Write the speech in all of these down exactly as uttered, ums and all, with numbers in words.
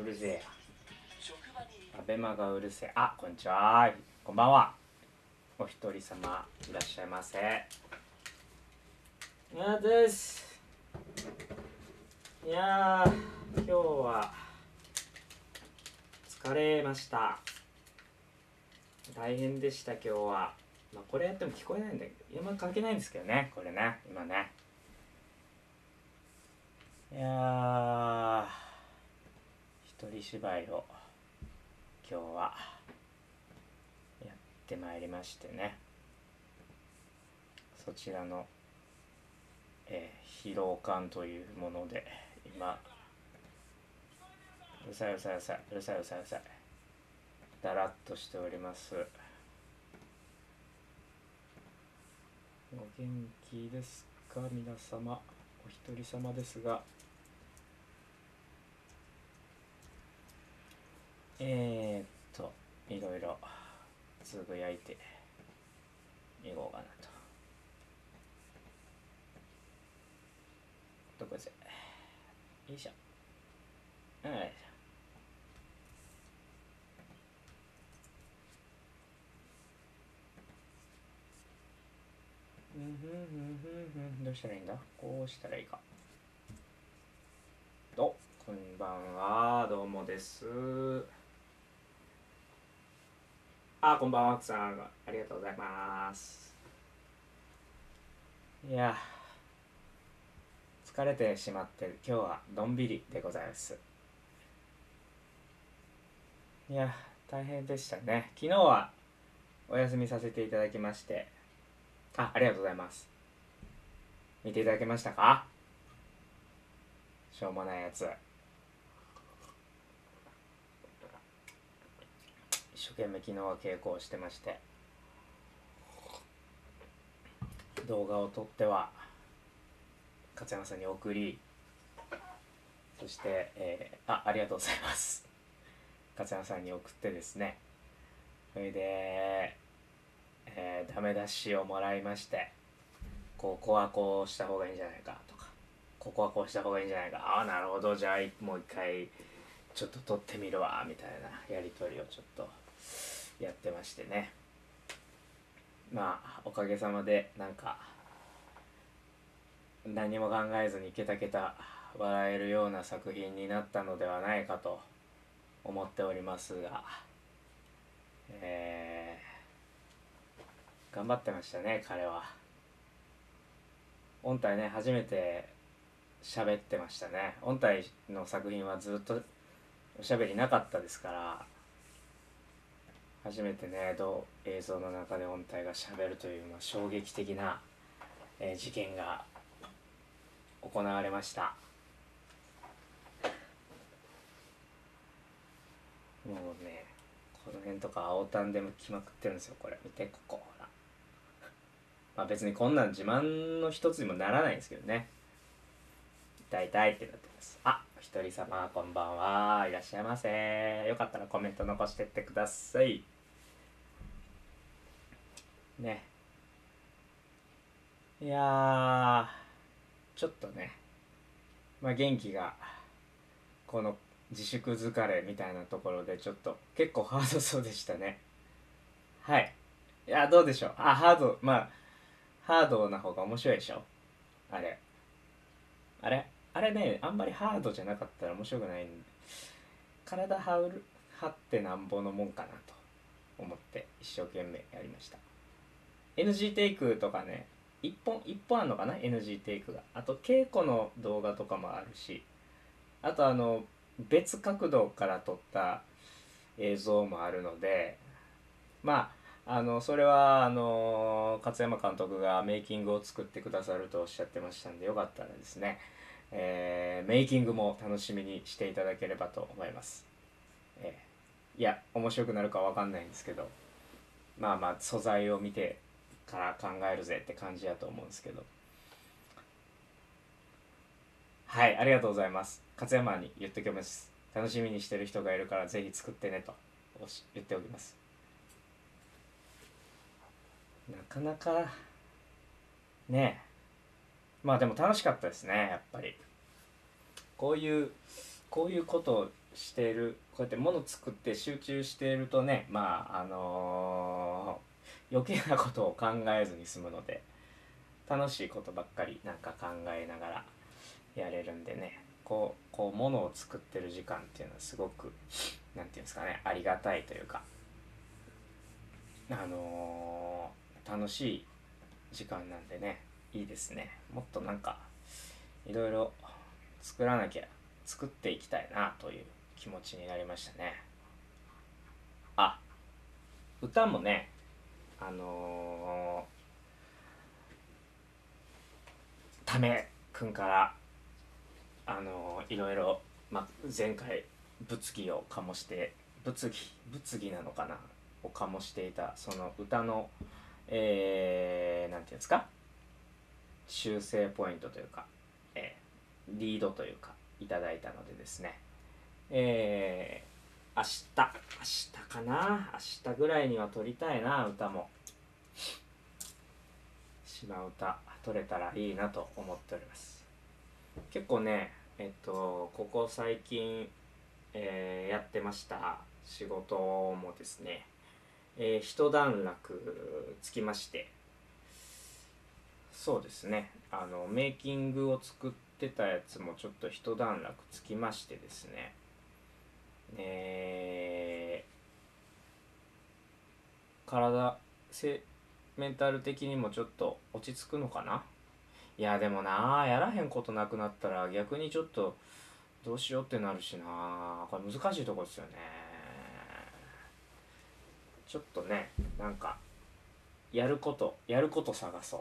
るせえや。アベマがうるせえ。あ、こんにちは。こんばんは。お一人様いらっしゃいませ。いやです。いやー、今日は疲れました。大変でした今日は。まあこれやっても聞こえないんだけど、今関係ないんですけどね、これね、今ね。いやー、一人芝居を今日はやってまいりましてね。そちらの、えー、疲労感というもので今うるさいうるさいうるさいうるさいうるさいうるさいだらっとしております。お元気ですか皆様。お一人様ですが、えー、っといろいろつぶやいていこうかなと。どこぜよいしょ。はい。うんふんふんふんふん。どうしたらいいんだ。こうしたらいいか。お、こんばんは。どうもです。あ、こんばんは、奥さん。ありがとうございます。いや、疲れてしまって今日はのんびりでございます。いや、大変でしたね。昨日はお休みさせていただきまして、あ、ありがとうございます。見ていただけましたか。しょうもないやつ。一生懸命昨日は稽古をしてまして、動画を撮っては勝山さんに送り、そして、えー、あ、ありがとうございます。勝山さんに送ってですね、それで、えー、ダメ出しをもらいまして、ここはこうした方がいいんじゃないかとか、ここはこうした方がいいんじゃないか、ああなるほど、じゃあもう一回ちょっと撮ってみるわみたいなやり取りをちょっとやってましてね。まあおかげさまでなんか何も考えずにケタケタ笑えるような作品になったのではないかと思っておりますが、えー、頑張ってましたね彼は。音体ね、初めて喋ってましたね。音体の作品はずっとおしゃべりなかったですから、初めてね、どう映像の中で音体がしゃべるという、まあ、衝撃的な、えー、事件が行われました。もうね、この辺とか青タンでも来まくってるんですよ。これ見て、ここほら。まあ別にこんなん自慢の一つにもならないんですけどね。痛い痛いってなってます。あ、お一人様こんばんは。いらっしゃいませ。よかったらコメント残してってください。ね。いやー、ちょっとね、まあ元気が、この自粛疲れみたいなところでちょっと結構ハードそうでしたね。はい。いや、どうでしょう。あ、ハード、まあ、ハードな方が面白いでしょ。あれ。あれあれね、あんまりハードじゃなかったら面白くないんで、体張る、張ってなんぼのもんかなと思って一生懸命やりました。エヌジー テイクとかね、いっぽん、いっぽんあんのかな ?エヌジー テイクが。あと稽古の動画とかもあるし、あとあの、別角度から撮った映像もあるので、まあ、あの、それは、あの、勝山監督がメイキングを作ってくださるとおっしゃってましたんで、よかったらですね、えーメイキングも楽しみにしていただければと思います。えーいや、面白くなるかわかんないんですけど、まあまあ、素材を見てから考えるぜって感じやと思うんですけど。はい、ありがとうございます。勝山に言っておきます。楽しみにしてる人がいるからぜひ作ってねと言っておきます。なかなかね、まあでも楽しかったですね、やっぱり。こういうこういうことをしている、こうやって物作って集中しているとね、まああのー余計なことを考えずに済むので、楽しいことばっかりなんか考えながらやれるんでね、こうこう物を作ってる時間っていうのはすごくなんていうんですかね、ありがたいというか、あのー楽しい時間なんでね、いいですね。もっとなんかいろいろ作らなきゃ、作っていきたいなという気持ちになりましたね。あ、歌もね、あのー、ためくんから、あのー、いろいろ、まあ、前回物議を醸して物議物議なのかなを醸していたその歌の、えー、なんていうんですか、修正ポイントというか、えー、リードというかいただいたのでですね、えー、明日明日かな明日ぐらいには撮りたいな、歌も島唄撮れたらいいなと思っております。結構ね、えっとここ最近、えーやってました仕事もですね、えー一段落つきまして、そうですね、あのメイキングを作ってたやつもちょっと一段落つきましてですね、えー体せメンタル的にもちょっと落ち着くのかな。いやでもな、やらへんことなくなったら逆にちょっとどうしようってなるしな、これ難しいとこですよね。ちょっとね、なんかやることやること探そう、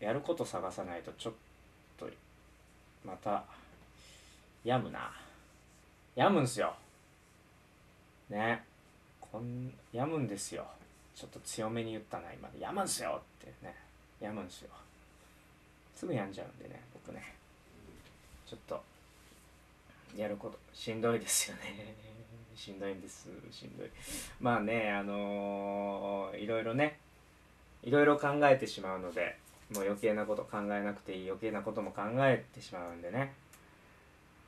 やること探さないとちょっとまた病むな、病むんすよね、こん病むんですよ。ちょっと強めに言ったな今で、病むんすよってね、病むんすよ、すぐ病んじゃうんでね僕ね、ちょっとやることしんどいですよねしんどいんです、しんどい。まあね、あのーいろいろね、いろいろ考えてしまうので、もう余計なこと考えなくていい、余計なことも考えてしまうんでね、うん、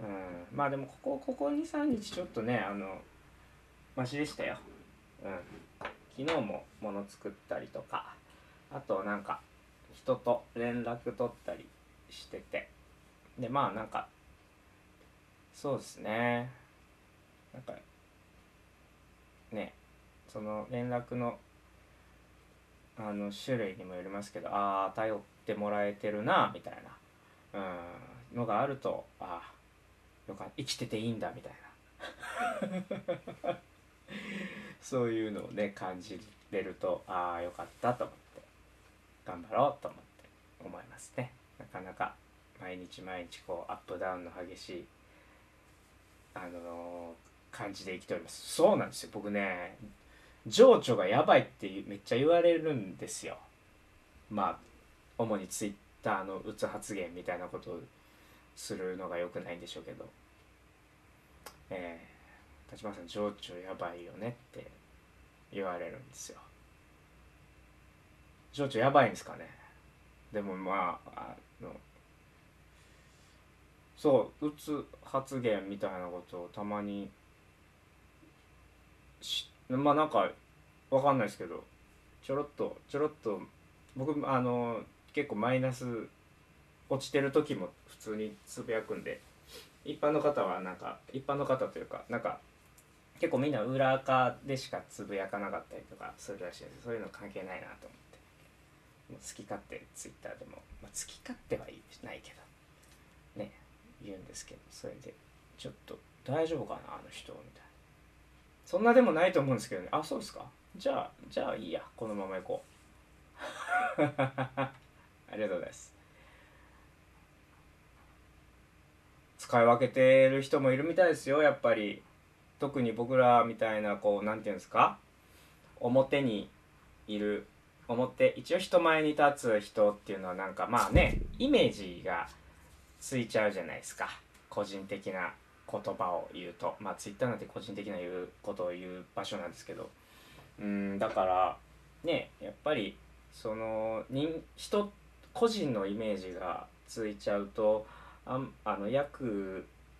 まあでもここここにさんにちちょっとね、あのマシでしたよ。うん、昨日も物作ったりとか、あとなんか人と連絡取ったりしてて、でまあなんかそうですね、なんかね、その連絡のあの種類にもよりますけど、ああ頼ってもらえてるなみたいな、うん、のがあると、ああよかった、生きてていいんだみたいなそういうのをね感じれると、ああよかったと思って頑張ろうと思って思いますね。なかなか毎日毎日こうアップダウンの激しい、あのー感じで生きております。そうなんですよ、僕ね、情緒がやばいってめっちゃ言われるんですよ。まあ主にツイッターのうつ発言みたいなことをするのが良くないんでしょうけど、えー、立花さん情緒やばいよねって言われるんですよ。情緒やばいんですかね。でもまああのそううつ発言みたいなことをたまにし、まあなんかわかんないですけど、ちょろっとちょろっと僕あの結構マイナス落ちてる時も普通につぶやくんで、一般の方はなんか一般の方というかなんか結構みんな裏垢でしかつぶやかなかったりとかするらしいです。そういうの関係ないなと思って、もう好き勝手ツイッターでも、まあ、好き勝手はないけどね言うんですけど、それでちょっと大丈夫かなあの人みたいな、そんなでもないと思うんですけどね。あ、そうですか、じゃあじゃあいいや、このまま行こうありがとうございます。使い分けてる人もいるみたいですよ、やっぱり。特に僕らみたいな、こうなんていうんですか、表にいる、表一応人前に立つ人っていうのはなんかまあね、イメージがついちゃうじゃないですか、個人的な言葉を言うと。まあツイッターなんて個人的な言うことを言う場所なんですけど、うんだからね、やっぱりその人人個人のイメージがついちゃうと、ああの役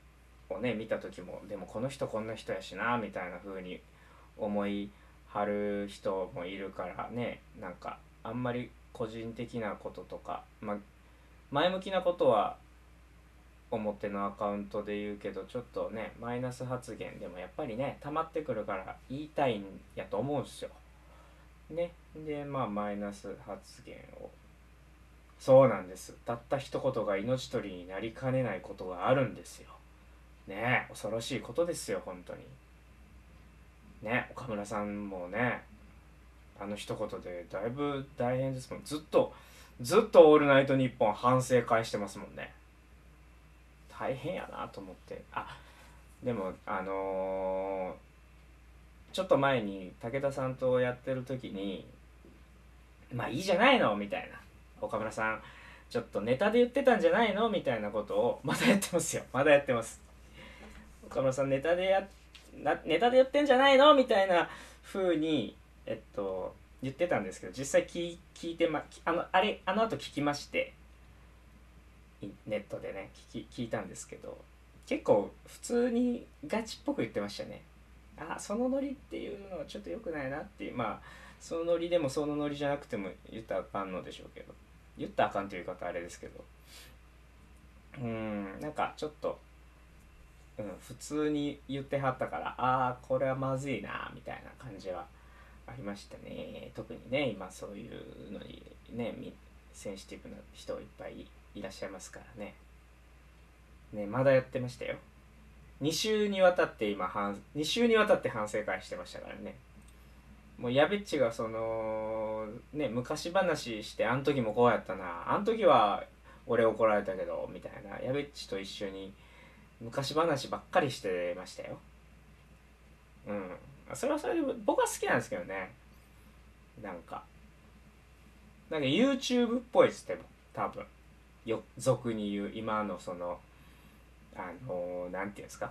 をね見た時も、でもこの人こんな人やしなみたいな風に思いはる人もいるからね、なんかあんまり個人的なこととか、まあ、前向きなことは表のアカウントで言うけど、ちょっとねマイナス発言でもやっぱりね溜まってくるから言いたいんやと思うんですよね。でまあマイナス発言を、そうなんです、たった一言が命取りになりかねないことがあるんですよね。恐ろしいことですよ本当にね。岡村さんもね、あの一言でだいぶ大変ですもん。ずっとずっと「オールナイトニッポン」反省会してますもんね。大変やなと思って。あ、でもあのーちょっと前に武田さんとやってる時に「まあいいじゃないの」みたいな、岡村さんちょっとネタで言ってたんじゃないのみたいなことをまだやってますよ。まだやってます。岡村さんネタでやなネタで言ってんじゃないのみたいな風にえっと言ってたんですけど、実際聞聞いてまあのあれあの後聞きまして、ネットでね聞き聞いたんですけど、結構普通にガチっぽく言ってましたね。あ、そのノリっていうのはちょっと良くないなっていう、まあそのノリでもそのノリじゃなくても言ったらあかんのでしょうけど、言ったらあかんという言い方あれですけど、うーんなんかちょっと、うん、普通に言ってはったから、ああこれはまずいなみたいな感じはありましたね。特にね今そういうのにねセンシティブな人いっぱいいらっしゃいますからね。ね、まだやってましたよ。に週にわたって今反に週にわたって反省会してましたからね。もうやべっちがそのね昔話して、あん時もこうやったな、あん時は俺怒られたけどみたいな、やべっちと一緒に昔話ばっかりしてましたよ。うん、それはそれで僕は好きなんですけどね。なんかなんか YouTube っぽいっす。でも多分よ俗に言う今のそのあのー、なんていうんですか、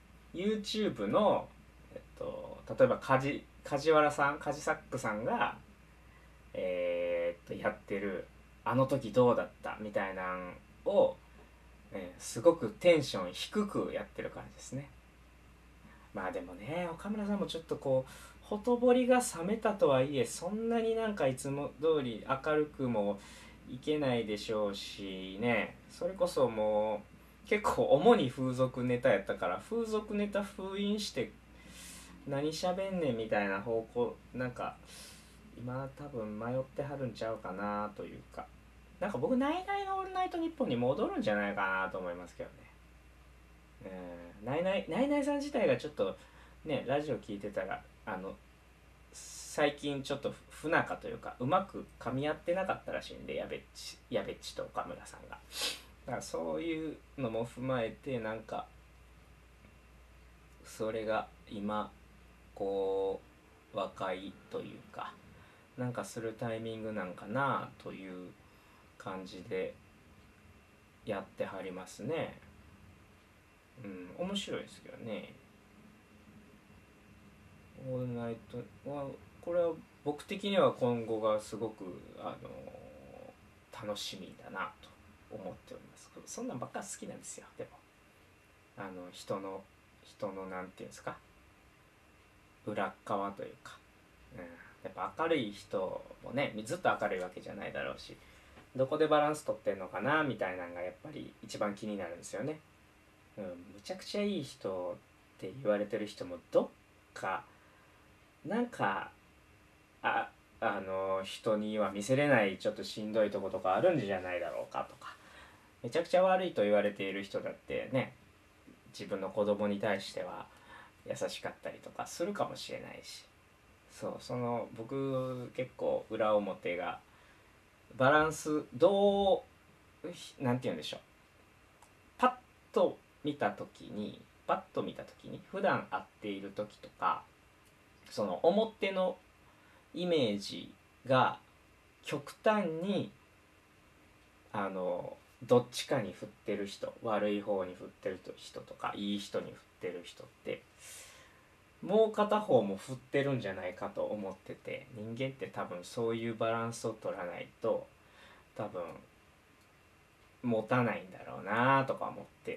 YouTube の、えっと、例えば梶梶原さん、梶サックさんが、えーっとやってる「あの時どうだった?」みたいなんを、えーすごくテンション低くやってる感じですね。まあでもね、岡村さんもちょっとこうほとぼりが冷めたとはいえ、そんなになんかいつも通り明るくもいけないでしょうしね。それこそもう結構主に風俗ネタやったから、風俗ネタ封印して何しゃべんねんみたいな方向、なんか今多分迷ってはるんちゃうかなというか、なんか僕ナイナイの「オールナイトニッポン」に戻るんじゃないかなと思いますけどね。うん、ナイナイナイナイさん自体がちょっとねラジオ聞いてたら、あの最近ちょっと不仲というかうまく噛み合ってなかったらしいんで、やべっちやべっちと岡村さんが。だからそういうのも踏まえて、なんかそれが今こう和解というかなんかするタイミングなんかなという感じでやってはりますね。うん、面白いですけどね。オールナイトはこれは僕的には今後がすごくあの楽しみだなと思っております。そんなんばっか好きなんですよ。でもあの人の人のなんていうんですか、裏側というか、うん、やっぱ明るい人もねずっと明るいわけじゃないだろうし、どこでバランス取ってんのかなみたいなのがやっぱり一番気になるんですよね。うん、むちゃくちゃいい人って言われてる人もどっかなんかああの人には見せれないちょっとしんどいとことかあるんじゃないだろうかとか、めちゃくちゃ悪いと言われている人だってね、自分の子供に対しては優しかったりとかするかもしれないし、そうその僕結構裏表がバランスどうなんて言うんでしょう、パッと見た時にパッと見た時に普段会っている時とか、その表のイメージが極端にあのどっちかに振ってる人、悪い方に振ってる人とかいい人に振ってる人ってもう片方も振ってるんじゃないかと思ってて、人間って多分そういうバランスを取らないと多分持たないんだろうなとか思って、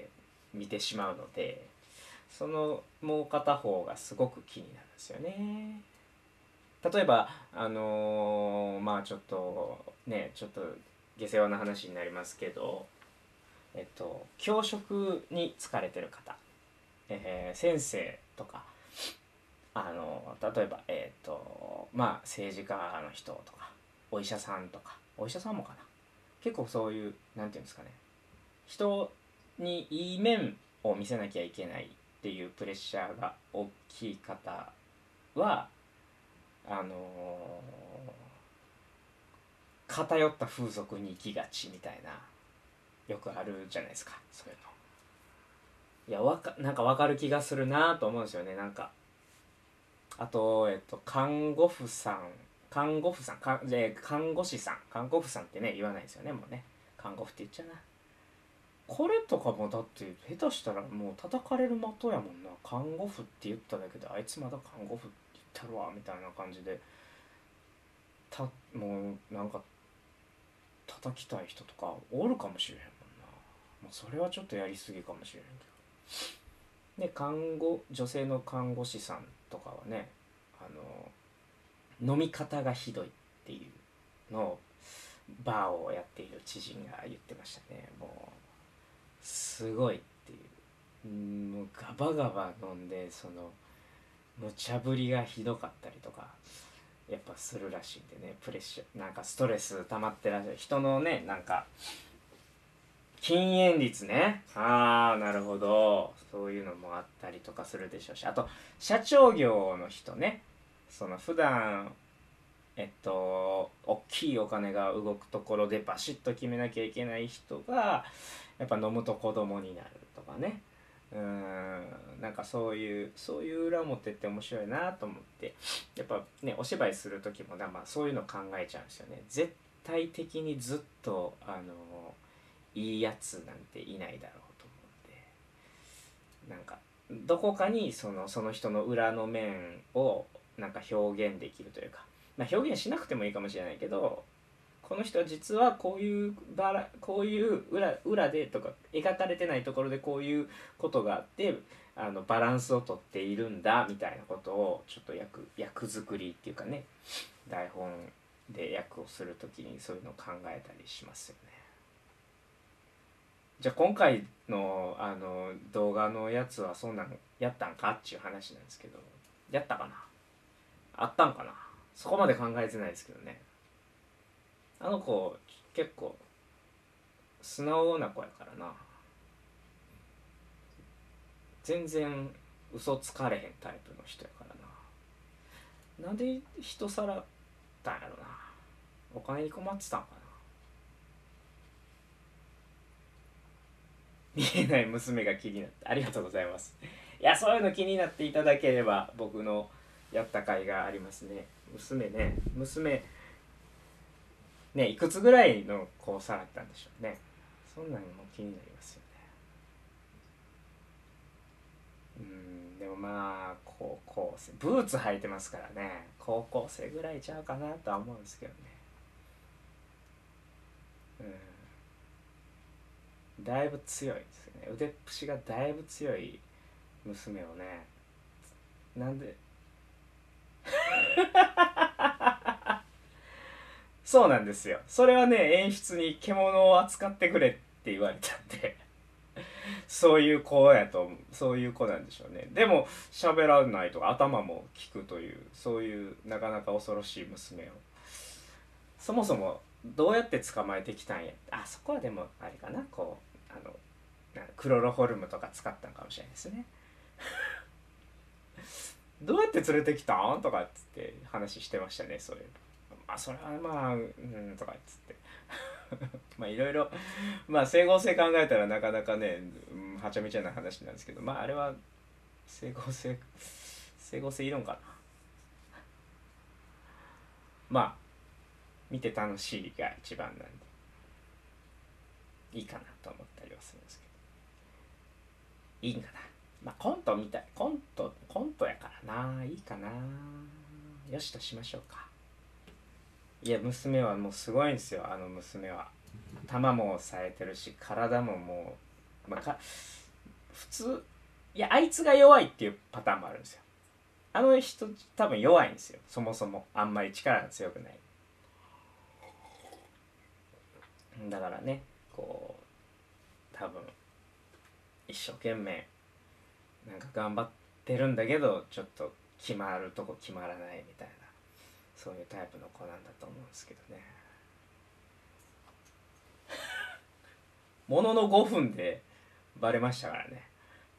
見てしまうので、そのもう片方がすごく気になるんですよね。例えばあのーまあちょっとねちょっと下世話な話になりますけど、えっと教職に疲れてる方、えー先生とか、あの例えばえっとまあ政治家の人とかお医者さんとか、お医者さんもかな、結構そういうなんていうんですかね、人にいい面を見せなきゃいけないっていうプレッシャーが大きい方はあのー偏った風俗に行きがちみたいな、よくあるじゃないですか、そういうの。いやわかなんか分かる気がするなと思うんですよね。なんかあと、えっと、看護婦さん看護婦さんかで看護師さん看護婦さんってね言わないですよね、もうね。看護婦って言っちゃうな。これとかもだって下手したらもう叩かれる的やもんな。看護婦って言っただけであいつまだ看護婦って言ったるわみたいな感じで、たもうなんか叩きたい人とかおるかもしれへんもんな。もうそれはちょっとやりすぎかもしれへんけど。で看護女性の看護師さんとかはね、あの飲み方がひどいっていうのをバーをやっている知人が言ってましたね。もうすごいっていう、もうガバガバ飲んで、その無茶ぶりがひどかったりとかやっぱするらしいんでね。プレッシャーなんかストレス溜まってらっしゃる人のね、なんか禁煙率ね、ああなるほど、そういうのもあったりとかするでしょうし、あと社長業の人ね、その普段えっと大きいお金が動くところでバシッと決めなきゃいけない人がやっぱ飲むと子供になるとかね。うーんなんかそういうそういう裏表って面白いなと思って、やっぱねお芝居する時もな、まあ、そういうの考えちゃうんですよね。絶対的にずっとあのいいやつなんていないだろうと思うんで、なんかどこかにそのその人の裏の面をなんか表現できるというか、まあ、表現しなくてもいいかもしれないけど、この人は実はこういうバラこういう裏裏でとか描かれてないところでこういうことがあって、あのバランスをとっているんだみたいなことをちょっと役役作りっていうかね、台本で役をするときにそういうのを考えたりしますよね。じゃあ今回のあの動画のやつはそんなんやったんかっていう話なんですけど、やったかな、あったんかな、そこまで考えてないですけどね。あの子結構素直な子やからな、全然嘘つかれへんタイプの人やからな。なんで人さらったんやろな、お金に困ってたんかな。見えない娘が気になって、ありがとうございます。いやそういうの気になっていただければ僕のやった甲斐がありますね。娘ね、娘ね、いくつぐらいの子をさらったんでしょうね。そんなのも気になりますよね。うんでもまあ高校生ブーツ履いてますからね、高校生ぐらいちゃうかなとは思うんですけどね。うんだいぶ強いですよね、腕っぷしがだいぶ強い娘をね。なんでそうなんですよ、それはね演出に獣を扱ってくれって言われたんでそういう子やとそういう子なんでしょうね。でも喋らないとか頭も効くという、そういうなかなか恐ろしい娘をそもそもどうやって捕まえてきたんや。あそこはでもあれかな、こうあのクロロホルムとか使ったんかもしれないですね。どうやって連れてきたんとかっつって話してましたね、そういう。まあそれはまあうんとかっつってまあいろいろまあ整合性考えたらなかなかね、うんはちゃめちゃな話なんですけど、まああれは整合性整合性いるんかな。まあ見て楽しいが一番なんでいいかなと思ったりはするんですけど、いいんかな。まあコントみたい、コントコントやからないいかな、よしとしましょうか。いや娘はもうすごいんですよ、あの娘は。頭も冴えてるし体ももう、まあ、か普通いやあいつが弱いっていうパターンもあるんですよ。あの人多分弱いんですよ、そもそもあんまり力が強くない。だからね、こう多分一生懸命なんか頑張ってるんだけどちょっと決まるとこ決まらないみたいな、そういうタイプの子なんだと思うんですけどね。もののごふんでバレましたからね。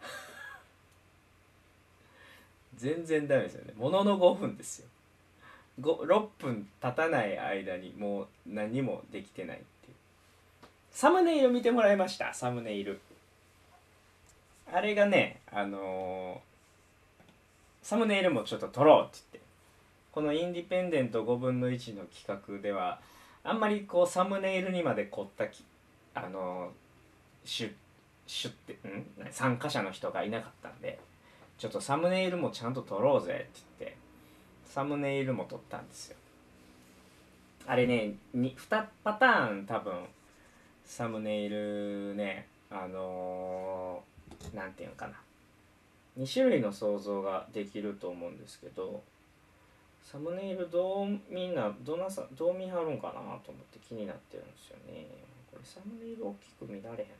全然ダメですよね。もののごふんですよ。ろっぷん経たない間にもう何もできてないっていう。サムネイル見てもらいました。サムネイルあれがね、あのーサムネイルもちょっと撮ろうって言って、このインディペンデントごぶんのいちの企画ではあんまりこうサムネイルにまで凝ったきあのー、シュシュってん参加者の人がいなかったんで、ちょっとサムネイルもちゃんと撮ろうぜって言ってサムネイルも撮ったんですよ。あれね、ににパターン多分サムネイルね、あのー、なんていうのかな、に種類の想像ができると思うんですけど、サムネイルどうみんなどなさどう見はるんかなと思って気になってるんですよね。これサムネイル大きく見られへんのかな。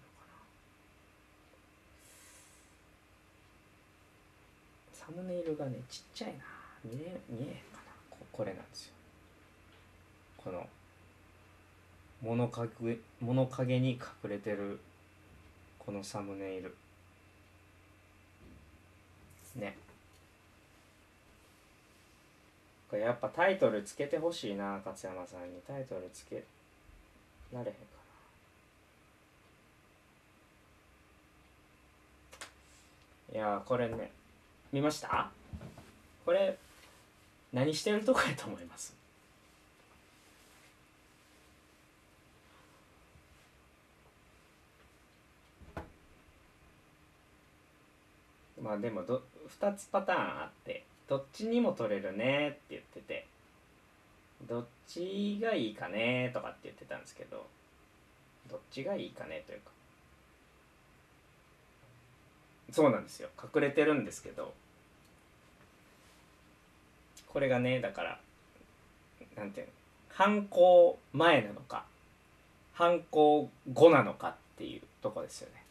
サムネイルがねちっちゃいな、見え見えへんかな。 こ, これなんですよ。この物陰物陰に隠れてるこのサムネイルね。これやっぱタイトルつけてほしいな、勝山さんにタイトルつけられへんかな。いやーこれね、見ました？これ何してるとこやと思います？まあでもどふたつパターンあって、どっちにも取れるねって言ってて、どっちがいいかねとかって言ってたんですけど、どっちがいいかねというか、そうなんですよ、隠れてるんですけど、これがね、だからなんていうの、犯行前なのか犯行後なのかっていうとこですよね。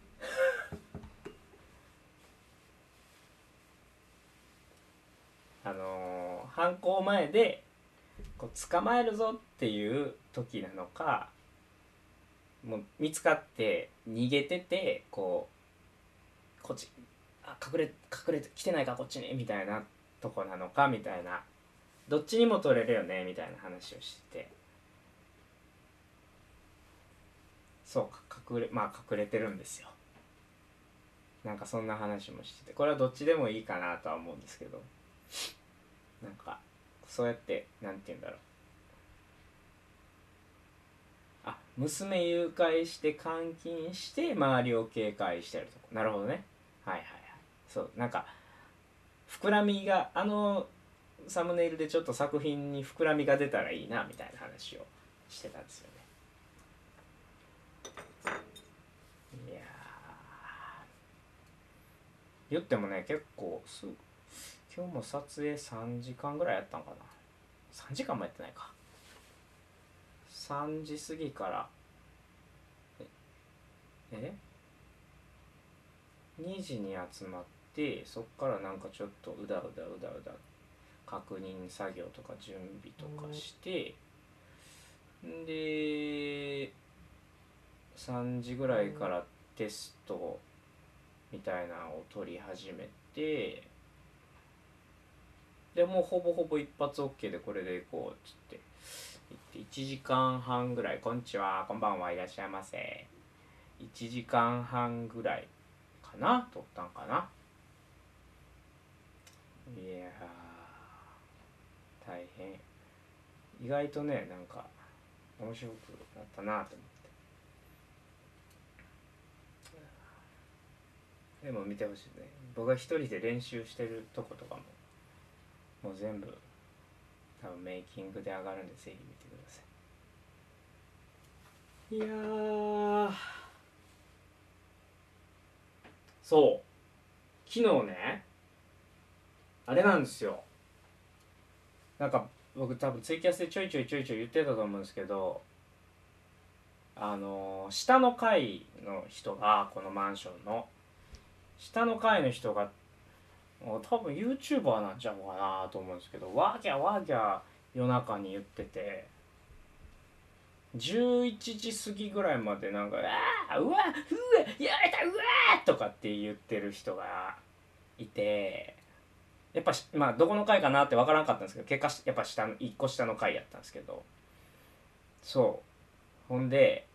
あのー、犯行前でこう捕まえるぞっていう時なのか、もう見つかって逃げててこうこっちあ隠れ隠れて来てないかこっちにみたいなとこなのかみたいな、どっちにも取れるよねみたいな話をしてて、そうか隠れまあ隠れてるんですよ。なんかそんな話もしてて、これはどっちでもいいかなとは思うんですけど、なんかそうやってなんて言うんだろう、あ娘誘拐して監禁して周りを警戒してるとこ、なるほどね、はいはいはい、そうなんか膨らみがあのサムネイルでちょっと作品に膨らみが出たらいいなみたいな話をしてたんですよね。いや言ってもね結構す今日も撮影さんじかんぐらいやったんかな、さんじかんもやってないか、さんじ過ぎからえにじに集まって、そっからなんかちょっとうだうだうだうだ確認作業とか準備とかして、んでさんじぐらいからテストみたいなのを取り始めて、でもうほぼほぼ一発 OK でこれでいこうっつって行っていちじかんはんぐらい、こんにちはこんばんはいらっしゃいませ、いちじかんはんぐらいかな撮ったんかな。いやー大変、意外とねなんか面白くなったなと思って、でも見てほしいね、僕が一人で練習してるとことかももう全部多分メイキングで上がるんでぜひ見てください。いやーそう昨日ねあれなんですよ。なんか僕多分ツイキャスでちょいちょいちょいちょい言ってたと思うんですけど、あの下の階の人が、このマンションの下の階の人が多分 YouTuber なんちゃうかなと思うんですけど、ワーキャーワーキャー夜中に言ってて、じゅういちじ過ぎぐらいまでなんか「あーうわうわやられたうわー」とかって言ってる人がいて、やっぱまあどこの階かなって分からんかったんですけど、結果やっぱ下のいっこ下の階やったんですけど、そうほんで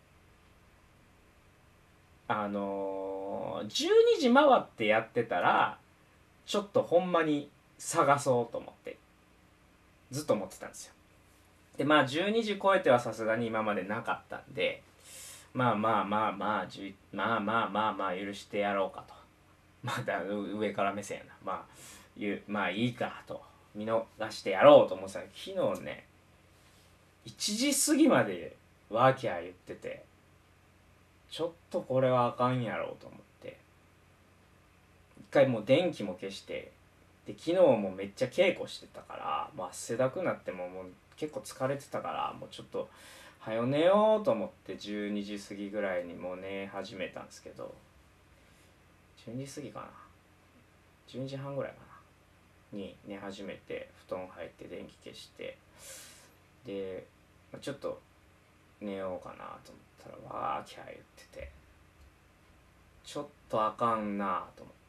あのー、じゅうにじ回ってやってたらちょっとほんまに探そうと思ってずっと思ってたんですよ。でまあじゅうにじ超えてはさすがに今までなかったんで、まあまあまあまあまあまあまあまあ許してやろうかと、まだ上から目線やな、まあ言うまあいいかと見逃してやろうと思ってたら、昨日ねいちじ過ぎまでワーキャー言ってて、ちょっとこれはあかんやろうと思って一回もう電気も消して、で昨日もめっちゃ稽古してたから、まあ、汗だくなってももう結構疲れてたから、もうちょっと早寝ようと思ってじゅうにじ過ぎぐらいにもう寝始めたんですけど、じゅうにじ過ぎかな、じゅうにじはんぐらいかなに寝始めて、布団入って電気消して、でちょっと寝ようかなと思ったらわーキャー言ってて、ちょっとあかんなと思って、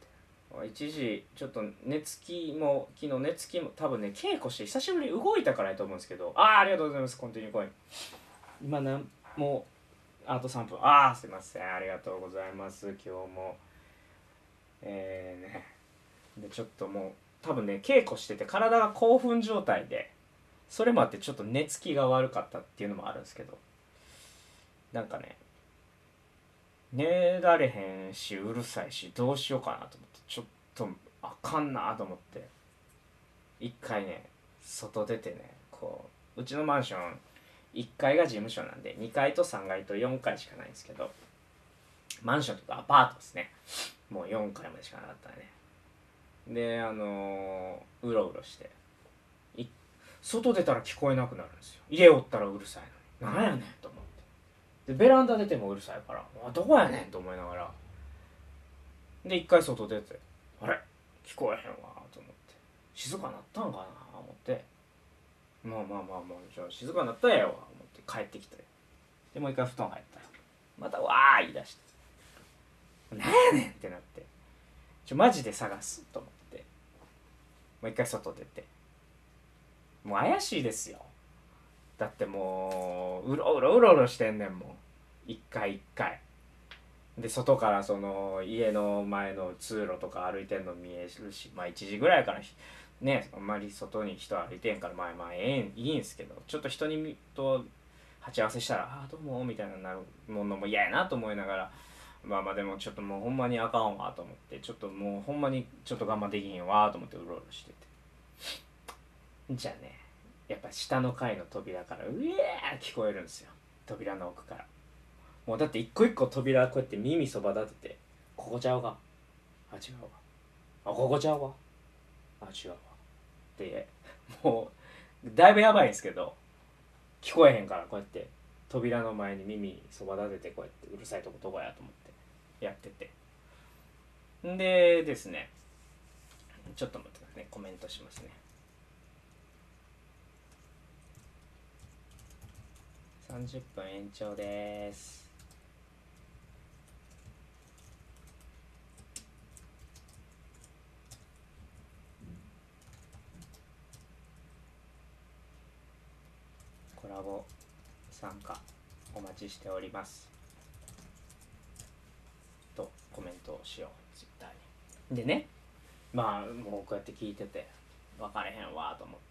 一時ちょっと寝つきも昨日寝つきも多分ね稽古して久しぶりに動いたからやと思うんですけど、ああありがとうございます、コンティニューコイン今なんもうあとさんぷん、ああすいませんありがとうございます、今日もえーねでちょっともう多分ね稽古してて体が興奮状態で、それもあってちょっと寝つきが悪かったっていうのもあるんですけど、なんかね寝られへんしうるさいしどうしようかなと思って、ちょっとあかんなと思って一回ね外出てね、こううちのマンションいっかいが事務所なんでにかいとさんがいとよんかいしかないんですけど、マンションとかアパートですね、もうよんかいまでしかなかったね。であのー、うろうろしてい外出たら聞こえなくなるんですよ、家おったらうるさいのに、なんやねんと思って、でベランダ出てもうるさいから、どこやねんと思いながら、で一回外出て、あれ聞こえへんわと思って、静かなったんかな思って、まあまあまあまあじゃあ静かになったんやわ思って帰ってきて、でもう一回布団入ったらまたわー言い出して、なんやねんってなって、ちょマジで探すと思ってもう一回外出て、もう怪しいですよ、だってもううろうろうろうろしてんねんもん、一回一回で外からその家の前の通路とか歩いてんの見えるし、まあいちじぐらいからねあんまり外に人歩いてんからまあまあええいいんすけど、ちょっと人にと鉢合わせしたら「ああどうも」みたいななるものも嫌やなと思いながら、まあまあでもちょっともうほんまにあかんわと思って、ちょっともうほんまにちょっと我慢できへんわと思ってうろうろしてて、じゃあねやっぱ下の階の扉からうえー聞こえるんですよ、扉の奥から。もうだって一個一個扉こうやって耳そば立てて、ここちゃうか、あ違うわ、あここちゃうわ、あ違うわで、もうだいぶやばいんですけど、聞こえへんからこうやって扉の前に耳そば立てて、こうやってうるさいとこどこやと思ってやってて、んでですね、ちょっと待ってくださいね、コメントしますね。さんじゅっぷん延長です。コラボ参加お待ちしておりますとコメントをしよう、ツイッターに。でね、まあもうこうやって聞いてて分かれへんわと思って、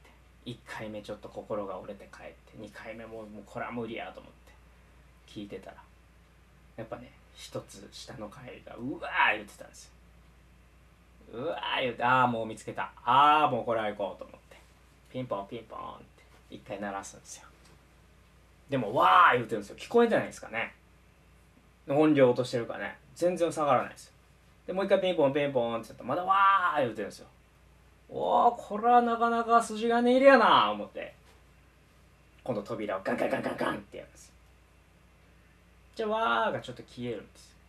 いっかいめちょっと心が折れて帰って、にかいめももうこれは無理やと思って聞いてたら、やっぱね一つ下の階がうわー言ってたんですよ。うわー言って、ああもう見つけた、ああもうこれは行こうと思ってピンポンピンポンって一回鳴らすんですよ。でもわー言うてるんですよ、聞こえてないですかね、音量落としてるからね全然下がらないですよ。 でもう一回ピンポンピンポンって言ったらまだわー言うてるんですよ。おお、これはなかなか筋金入れやな思って、今度扉をガンガンガンガンガンってやるんです。じゃあわーがちょっと消えるんですよ。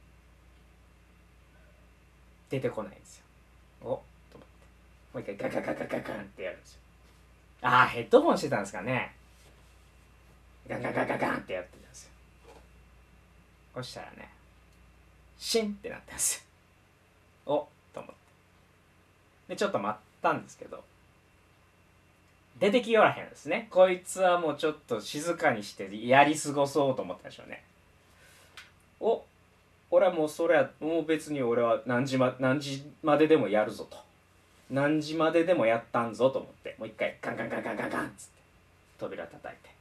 出てこないんですよ。おっと思って、もう一回ガンガンガンガンガンガンってやるんですよ。ああ、ヘッドホンしてたんですかね。ガンガンガンガンガンってやってたんですよ。そしたらね、シンってなったんですよ。おっと思って、でちょっと待ったんですけど、出てきよらへんですね。こいつはもうちょっと静かにしてやり過ごそうと思ったんでしょうね。お、俺はもうそれはもう別に俺は何時ま何時まででもやるぞと、何時まででもやったんぞと思って、もう一回ガンガンガンガンガンガンっつって扉叩いて、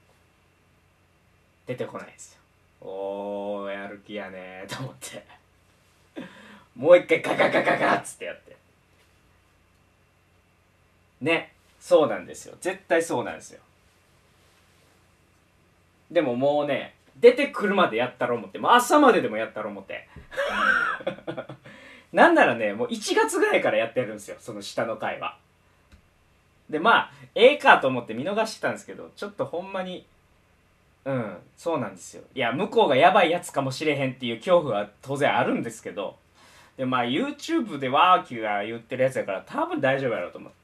出てこないですよ。おー、やる気やねーと思ってもう一回ガガガガガッつってやってね。そうなんですよ、絶対そうなんですよ。でももうね、出てくるまでやったろ思って、もう朝まででもやったろ思ってなんならね、もういちがつぐらいからやってるんですよ、その下の回は。でまあええかと思って見逃してたんですけど、ちょっとほんまに、うん、そうなんですよ。いや、向こうがやばいやつかもしれへんっていう恐怖は当然あるんですけど、でまあ YouTube でワーキューが言ってるやつやから多分大丈夫やろうと思って、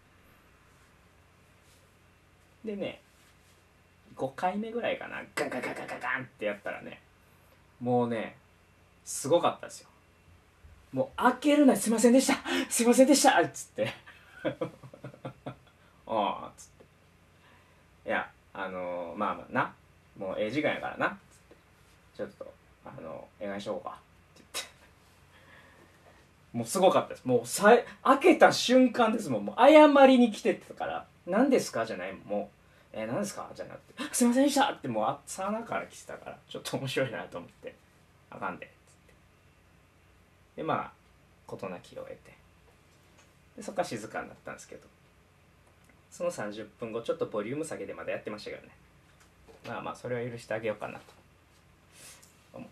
でね、ごかいめぐらいかな、ガンガンガンガンガンガンってやったらね、もうね、すごかったですよ。もう開けるな、すいませんでしたすいませんでしたっつってああっつって、いやあのー、まあまあな、もうええ時間やからなっつって、ちょっとあのお願いしようかって言って、もうすごかったです。もうさ開けた瞬間ですもん。もう謝りに来てたから「何ですか?」じゃない、もう「えー、何ですか?」じゃなくて「すいませんでした」って、もう朝なから来てたから、ちょっと面白いなと思って、あかんでっつって、でまあ事なきを得て、でそこから静かになったんですけど、そのさんじゅっぷんごちょっとボリューム下げでまだやってましたけどね、まあまあそれは許してあげようかなと思って、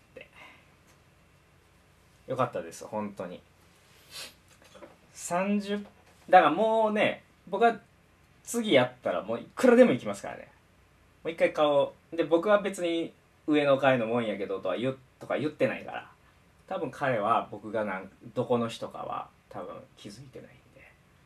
よかったです本当に。さんじゅうだからもうね、僕は次やったらもういくらでも行きますからね。もう一回顔で、僕は別に上の階のもんやけどとは言とか言ってないから、多分彼は僕がなんどこの人かは多分気づいてないんで、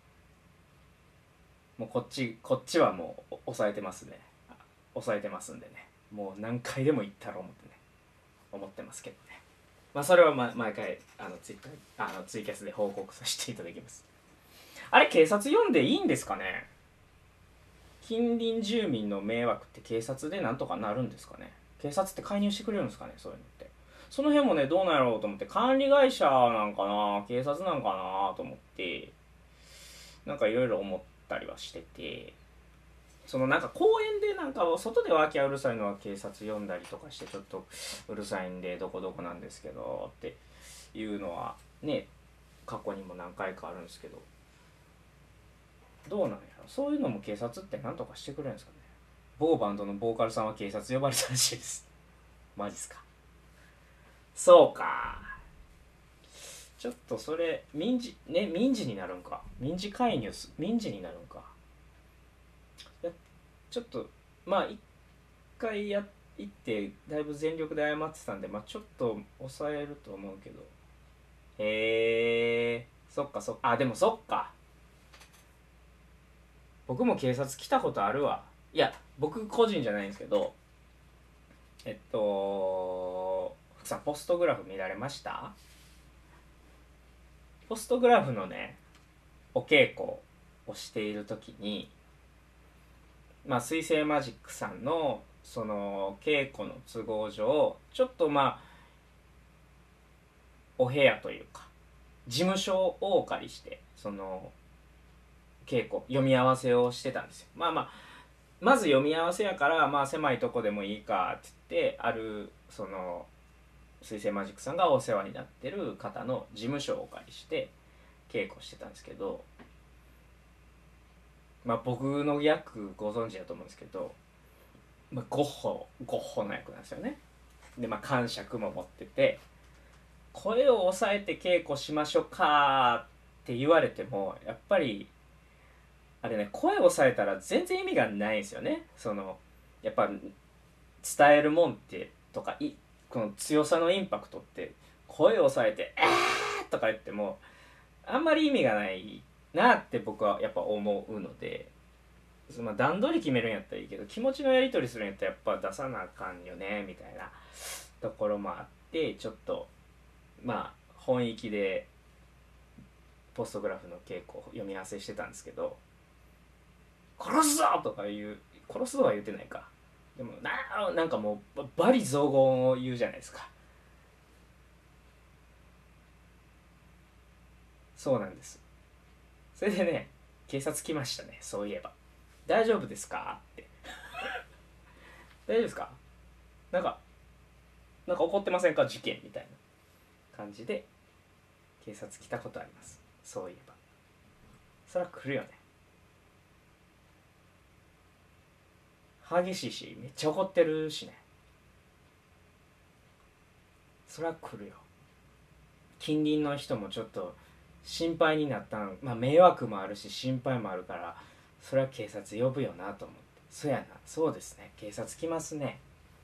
もうこっちこっちはもう抑えてますね。抑えてますんでね、もう何回でも行ったろう思ってね、思ってますけどね。まあそれは、ま、毎回あのツイッターあのツイキャスで報告させていただきます。あれ、警察呼んでいいんですかね。近隣住民の迷惑って警察でなんとかなるんですかね。警察って介入してくれるんですかね、そういうのって。その辺もね、どうなんやろうと思って、管理会社なんかな、警察なんかなと思って、なんかいろいろ思ったりはしてて、そのなんか公園でなんか外でワーキャーうるさいのは警察呼んだりとかして、ちょっとうるさいんでどこどこなんですけどっていうのはね、過去にも何回かあるんですけど、どうなんやろ、そういうのも警察って何とかしてくれるんですかね。某バンドのボーカルさんは警察呼ばれたらしいです。マジっすか。そうか、ちょっとそれ民事ね、民事になるんか、民事介入す民事になるんか。いやちょっとまあ一回や行ってだいぶ全力で謝ってたんで、まあちょっと抑えると思うけど、へえー、そっかそっか、あでもそっか、僕も警察来たことあるわ。いや僕個人じゃないんですけど、えっと福さんポストグラフ見られました？ポストグラフのねお稽古をしている時に、まあ水星マジックさんのその稽古の都合上、ちょっとまあお部屋というか事務所をお借りして、その稽古読み合わせをしてたんですよ。まあまあまず読み合わせやから、まあ狭いとこでもいいかって言って、あるその水星マジックさんがお世話になってる方の事務所をお借りして稽古してたんですけど、まあ僕の役ご存知だと思うんですけど、まあ、ゴッホゴッホの役なんですよね。でまあ感触も持ってて、 声を抑えて稽古しましょうかって言われてもやっぱりあれね、声を抑えたら全然意味がないんですよね。そのやっぱ伝えるもんってとかいこの強さのインパクトって声を抑えて「えー!」とか言ってもあんまり意味がないなって僕はやっぱ思うので、その段取り決めるんやったらいいけど気持ちのやり取りするんやったらやっぱ出さなあかんよねみたいなところもあってちょっとまあ本意気でポストグラフの稽古を読み合わせしてたんですけど「殺すぞ!」とか言う殺すぞは言ってないか。でもななんかもう罵詈雑言を言うじゃないですか。そうなんです。それでね警察来ましたね。そういえば「大丈夫ですか?」って「大丈夫ですかなんかなんか起こってませんか事件」みたいな感じで警察来たことあります。そういえばそりゃ来るよね。激しいしめっちゃ怒ってるしね。そりゃ来るよ。近隣の人もちょっと心配になったん、まあ迷惑もあるし心配もあるからそれは警察呼ぶよなと思って。そやな、そうですね、警察来ますね。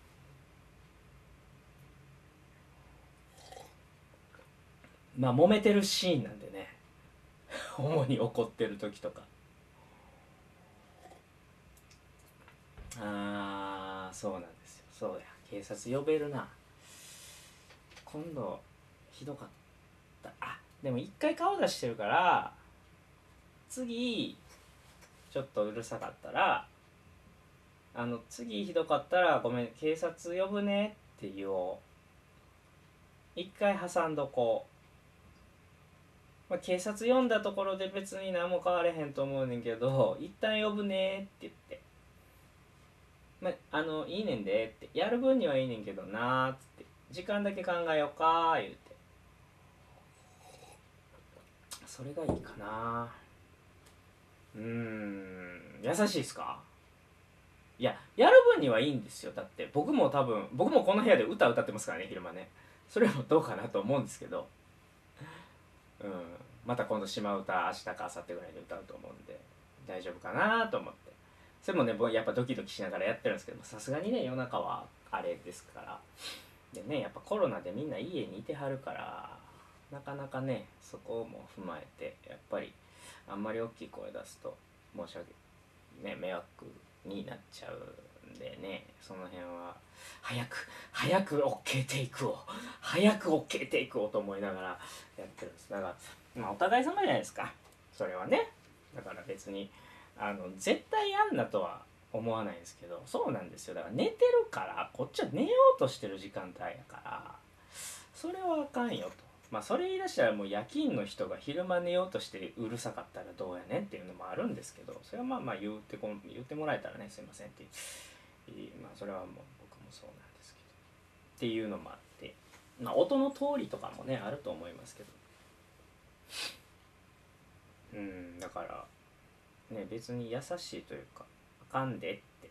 まあ揉めてるシーンなんでね主に怒ってる時とか。あーそうなんですよ。そうや警察呼べるな。今度ひどかった。あでも一回顔出してるから次ちょっとうるさかったらあの次ひどかったらごめん警察呼ぶねって言おう。一回挟んどこう、まあ、警察呼んだところで別に何も変われへんと思うねんけど一旦呼ぶねって言って、まあ、あのいいねんでってやる分にはいいねんけどなーっつって時間だけ考えようかー言うて、それがいいかな。うーん優しいっすか。いややる分にはいいんですよ。だって僕も多分僕もこの部屋で歌歌ってますからね昼間ね。それもどうかなと思うんですけど、うん、また今度島歌明日か明後日ぐらいで歌うと思うんで大丈夫かなと思って。それもねやっぱドキドキしながらやってるんですけどさすがにね夜中はあれですから。でねやっぱコロナでみんな家にいてはるからなかなかねそこも踏まえてやっぱりあんまり大きい声出すと申し訳ね迷惑になっちゃうんでね、その辺は早く早く OK テイクを早く OK テイクをと思いながらやってるんです。だからまあお互い様じゃないですかそれはね。だから別にあの絶対やんなとは思わないんですけど、そうなんですよ。だから寝てるからこっちは寝ようとしてる時間帯やからそれはあかんよと。まあそれ言い出したらもう夜勤の人が昼間寝ようとしてうるさかったらどうやねんっていうのもあるんですけど、それはまあまあ言うてこ言ってもらえたらねすいませんってまあそれはもう僕もそうなんですけどっていうのもあって、まあ音の通りとかもねあると思いますけど、うんだからね別に優しいというかあかんでって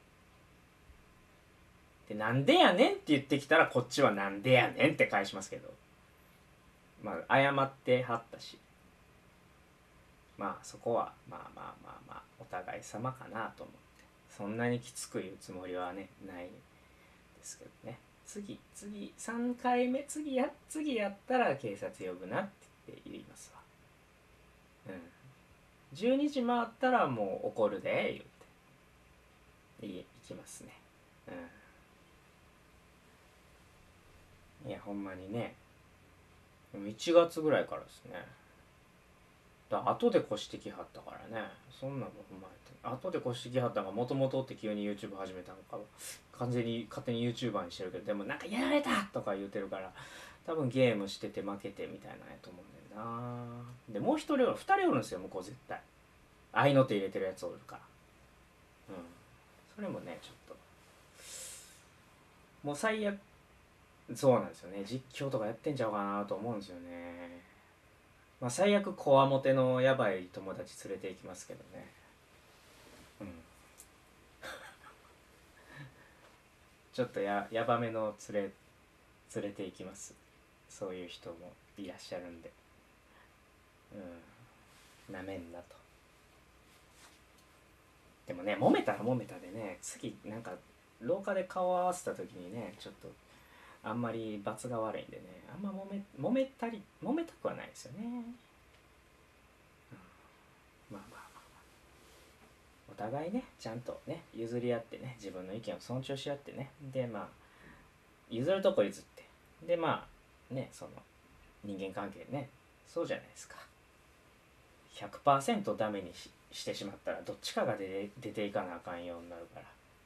でなんでやねんって言ってきたらこっちはなんでやねんって返しますけど、まあ謝ってはったしまあそこはまあまあまあまあお互い様かなと思ってそんなにきつく言うつもりはねないですけどね。次次さんかいめ次や次やったら警察呼ぶなって言って言いますわ。うんじゅうにじ回ったらもう怒るで言ってい行きますね。うんいやほんまにねいちがつぐらいからですね。だ後で越してきはったからね。そんなの踏まえて後で越してきはったのがもともとって急に YouTube 始めたのか完全に勝手に YouTuber にしてるけどでもなんかやられたとか言うてるから多分ゲームしてて負けてみたいなんやと思うんだよな。でもう一人おるふたりおるんですよ向こう絶対愛の手入れてるやつおるから。うんそれもねちょっともう最悪そうなんですよね。実況とかやってんちゃうかなと思うんですよね。まあ最悪こわもてのやばい友達連れて行きますけどね。うんちょっとややばめの連れ連れて行きます。 そういう人もいらっしゃるんで、うん、なめんなと。でもね、揉めたら揉めたでね、次なんか廊下で顔を合わせた時にね、ちょっとあんまり罰が悪いんでね、あんま揉め揉めたり揉めたくはないですよね、うん、まあまあまあお互いねちゃんとね譲り合ってね、自分の意見を尊重し合ってね、でまあ譲るとこ譲って、でまあね、その人間関係ね、そうじゃないですか。ひゃくパーセントダメに し, してしまったらどっちかが出出ていかなあかんようになるから、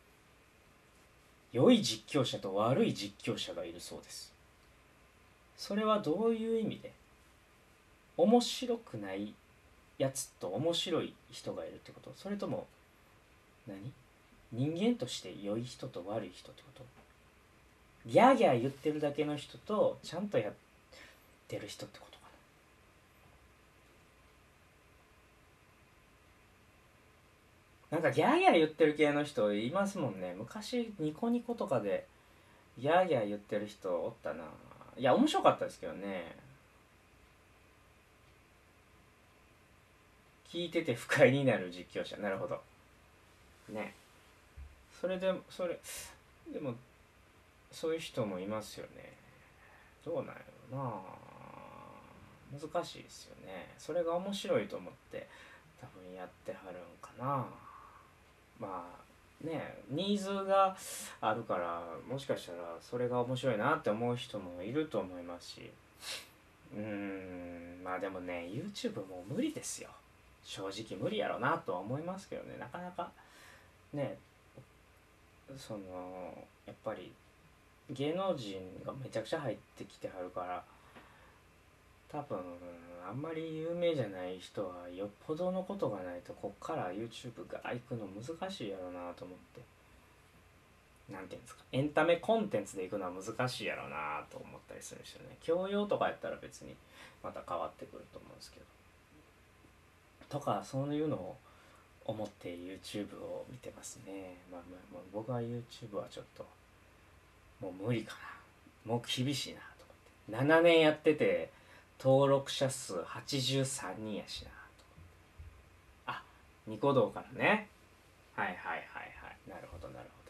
良い実況者と悪い実況者がいるそうです。それはどういう意味で、面白くないやつと面白い人がいるってこと、それとも何、人間として良い人と悪い人ってこと、ギャーギャー言ってるだけの人とちゃんとやってる人ってことかな。なんかギャーギャー言ってる系の人いますもんね。昔ニコニコとかでギャーギャー言ってる人おったな。いや面白かったですけどね、聞いてて不快になる実況者。なるほどね。それでそれでもそういう人もいますよね。どうなんやろな、難しいですよね。それが面白いと思って多分やってはるんかな。まあね、ニーズがあるからもしかしたらそれが面白いなって思う人もいると思いますし、うーんまあでもね YouTube もう無理ですよ、正直無理やろなとは思いますけどね。なかなかね、そのやっぱり芸能人がめちゃくちゃ入ってきてはるから、多分あんまり有名じゃない人はよっぽどのことがないとこっから YouTube が行くの難しいやろなと思って、なんていうんですか、エンタメコンテンツで行くのは難しいやろなと思ったりするんですよね。教養とかやったら別にまた変わってくると思うんですけど、とかそういうのを思って YouTube を見てますね。まあ、まあ、僕は YouTube はちょっともう無理かな、もう厳しいなと思って、ななねんやってて登録者数はちじゅうさんにんやしなと。あ、ニコ動からね、はいはいはいはい、なるほどなるほど。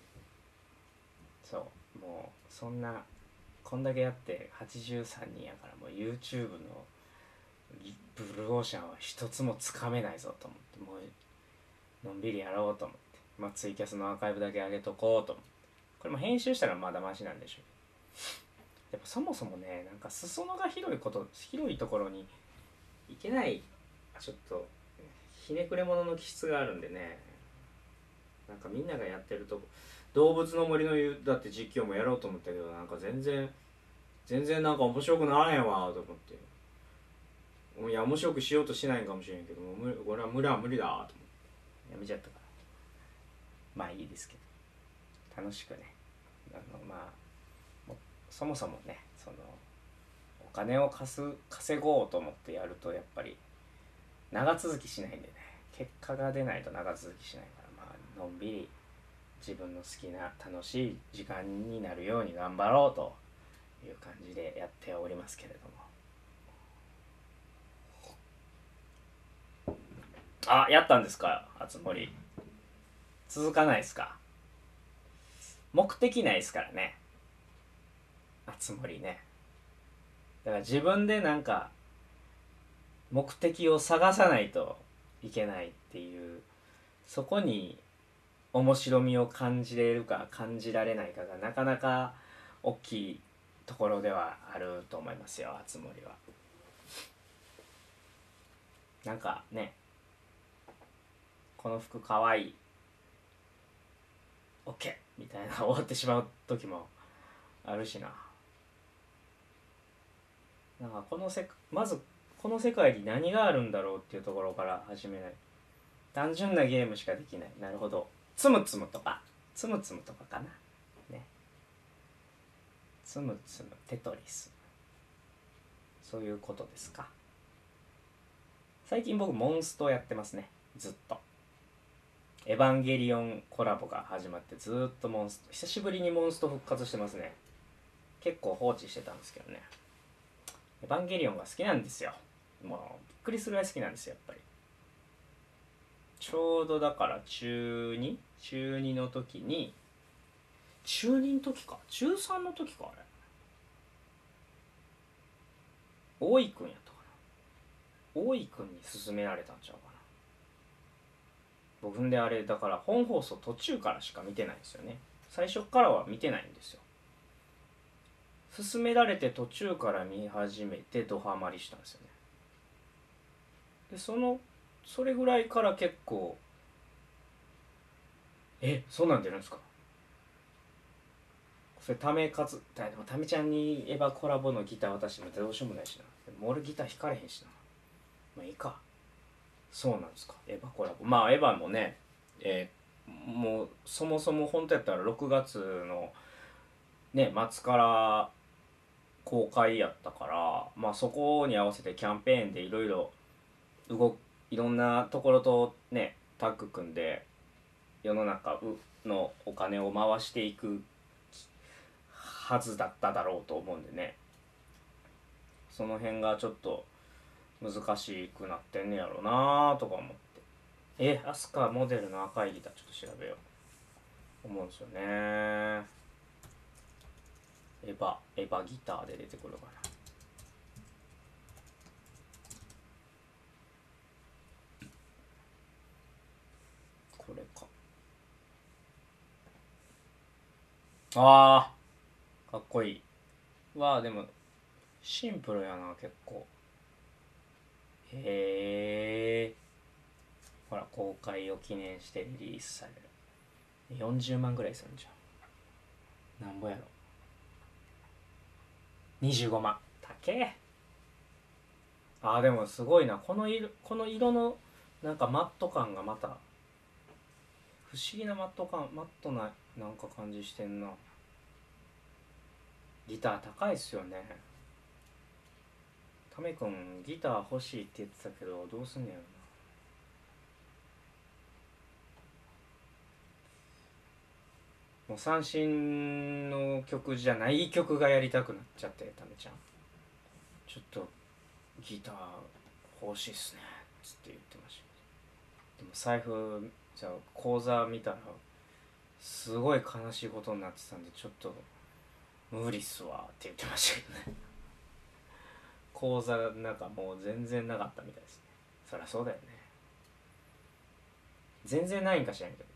そうもうそんなこんだけやってはちじゅうさんにんやから、もう YouTube のブルーオーシャンは一つもつかめないぞと思って、もうのんびりやろうと思って、まあ、ツイキャスのアーカイブだけ上げとこうと思って、これも編集したらまだマシなんでしょうけど、やっぱそもそもね、なんか裾野が広いこと広いところにいけない、ちょっとひねくれ者の気質があるんでね、なんかみんながやってるとこ、動物の森のだって実況もやろうと思ったけど、なんか全然全然なんか面白くならへんわと思って、いや面白くしようとしないんかもしれんけども、これは無理は無理だと思ってやめちゃったから、まあいいですけど、楽しくね、あのまあそもそもね、そのお金を貸す稼ごうと思ってやるとやっぱり長続きしないんでね、結果が出ないと長続きしないから、まあのんびり自分の好きな楽しい時間になるように頑張ろうという感じでやっておりますけれども。あ、やったんですか、あつ森。続かないですか。目的ないですからね、あつ森ね。だから自分でなんか目的を探さないといけないっていう、そこに面白みを感じれるか感じられないかがなかなか大きいところではあると思いますよ、あつ森は。なんかね、この服かわいい OK みたいな終わってしまう時もあるしな。なんかこのせまずこの世界に何があるんだろうっていうところから始めない。単純なゲームしかできない。なるほど。つむつむとかつむつむとかかなね。つむつむテトリス、そういうことですか。最近僕モンストやってますね、ずっと。エヴァンゲリオンコラボが始まってずっとモンスト、久しぶりにモンスト復活してますね。結構放置してたんですけどね。 エヴァンゲリオンが好きなんですよ。もうびっくりするぐらい好きなんですよ、やっぱり。ちょうどだから中 に? 中にの時に、中にの時か中さんの時か、あれ大井くんやったかな。大井くんに勧められたんちゃうかな。僕んであれだから本放送途中からしか見てないんですよね。最初からは見てないんですよ。勧められて途中から見始めてドハマりしたんですよね。でそのそれぐらいから結構、えそんなん出るんですか。それためかつでもためちゃんにエヴァコラボのギター渡してもどうしようもないしな。でも俺ギター弾かれへんしな。まあいいか。そうなんですか、エヴァコラボ。まあエヴァもね、えーもうそもそも本当やったらろくがつのね末から公開やったから、まあそこに合わせてキャンペーンでいろいろ動いろんなところとねタッグ組んで世の中のお金を回していくはずだっただろうと思うんでね、その辺がちょっと難しくなってんねやろうなとか思って、えアスカモデルの赤いギターちょっと調べよう思うんですよね。エヴァエヴァギターで出てくるかな。これか。あーかっこいいわ。でもシンプルやな結構。へえ。ほら公開を記念してリリースされる。よんじゅうまんぐらいするんじゃん。なんぼやろ。にじゅうごまん。高え。あーでもすごいな、この色この色のなんかマット感がまた不思議なマット感、マットななんか感じしてんな。ギター高いっすよね。タメくんギター欲しいって言ってたけどどうすんねやろな。もう三振の曲じゃない曲がやりたくなっちゃって、タメちゃんちょっとギター欲しいっすねつって言ってました。でも財布じゃあ口座見たらすごい悲しいことになってたんでちょっと無理っすわって言ってましたけどね。口座なんかもう全然なかったみたいですね。そりゃそうだよね、全然ないんかしらんけ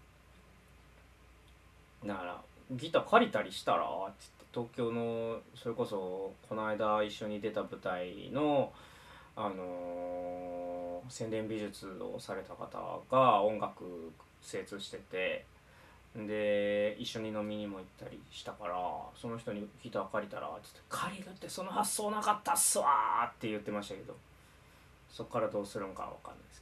ど。だからギター借りたりしたらって言って、東京のそれこそこの間一緒に出た舞台のあのー宣伝美術をされた方が音楽精通してて、で一緒に飲みにも行ったりしたから、その人にギター借りたらって言って、借りるってその発想なかったっすわーって言ってましたけど、そっからどうするんかは分かんないです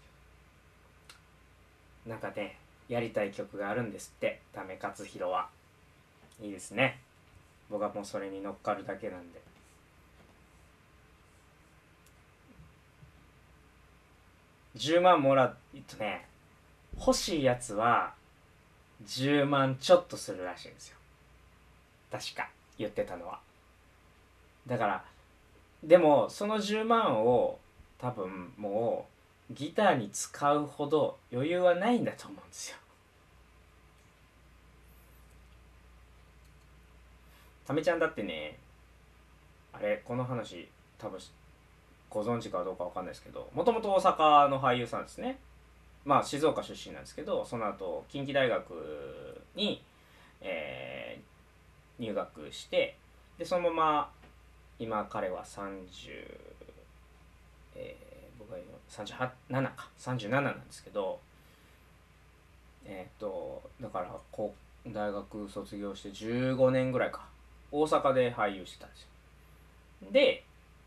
けど、なんかねやりたい曲があるんですって、タメ勝弘は。いいですね。僕はもうそれに乗っかるだけなんで。じゅうまんもらうとね、欲しいやつはじゅうまんちょっとするらしいんですよ、確か言ってたのは。だからでもそのじゅうまんを多分もうギターに使うほど余裕はないんだと思うんですよ。タメちゃんだってね、あれこの話多分ご存知かどうかわかんないですけど、もともと大阪の俳優さんですね。まあ静岡出身なんですけど、その後近畿大学に、えー入学して、でそのまま今彼はさんじゅう、えー、僕が今さんじゅうななかさんじゅうなななんですけど、えっ、ー、とだからこう大学卒業してじゅうごねんぐらいか大阪で俳優してたんですよ。で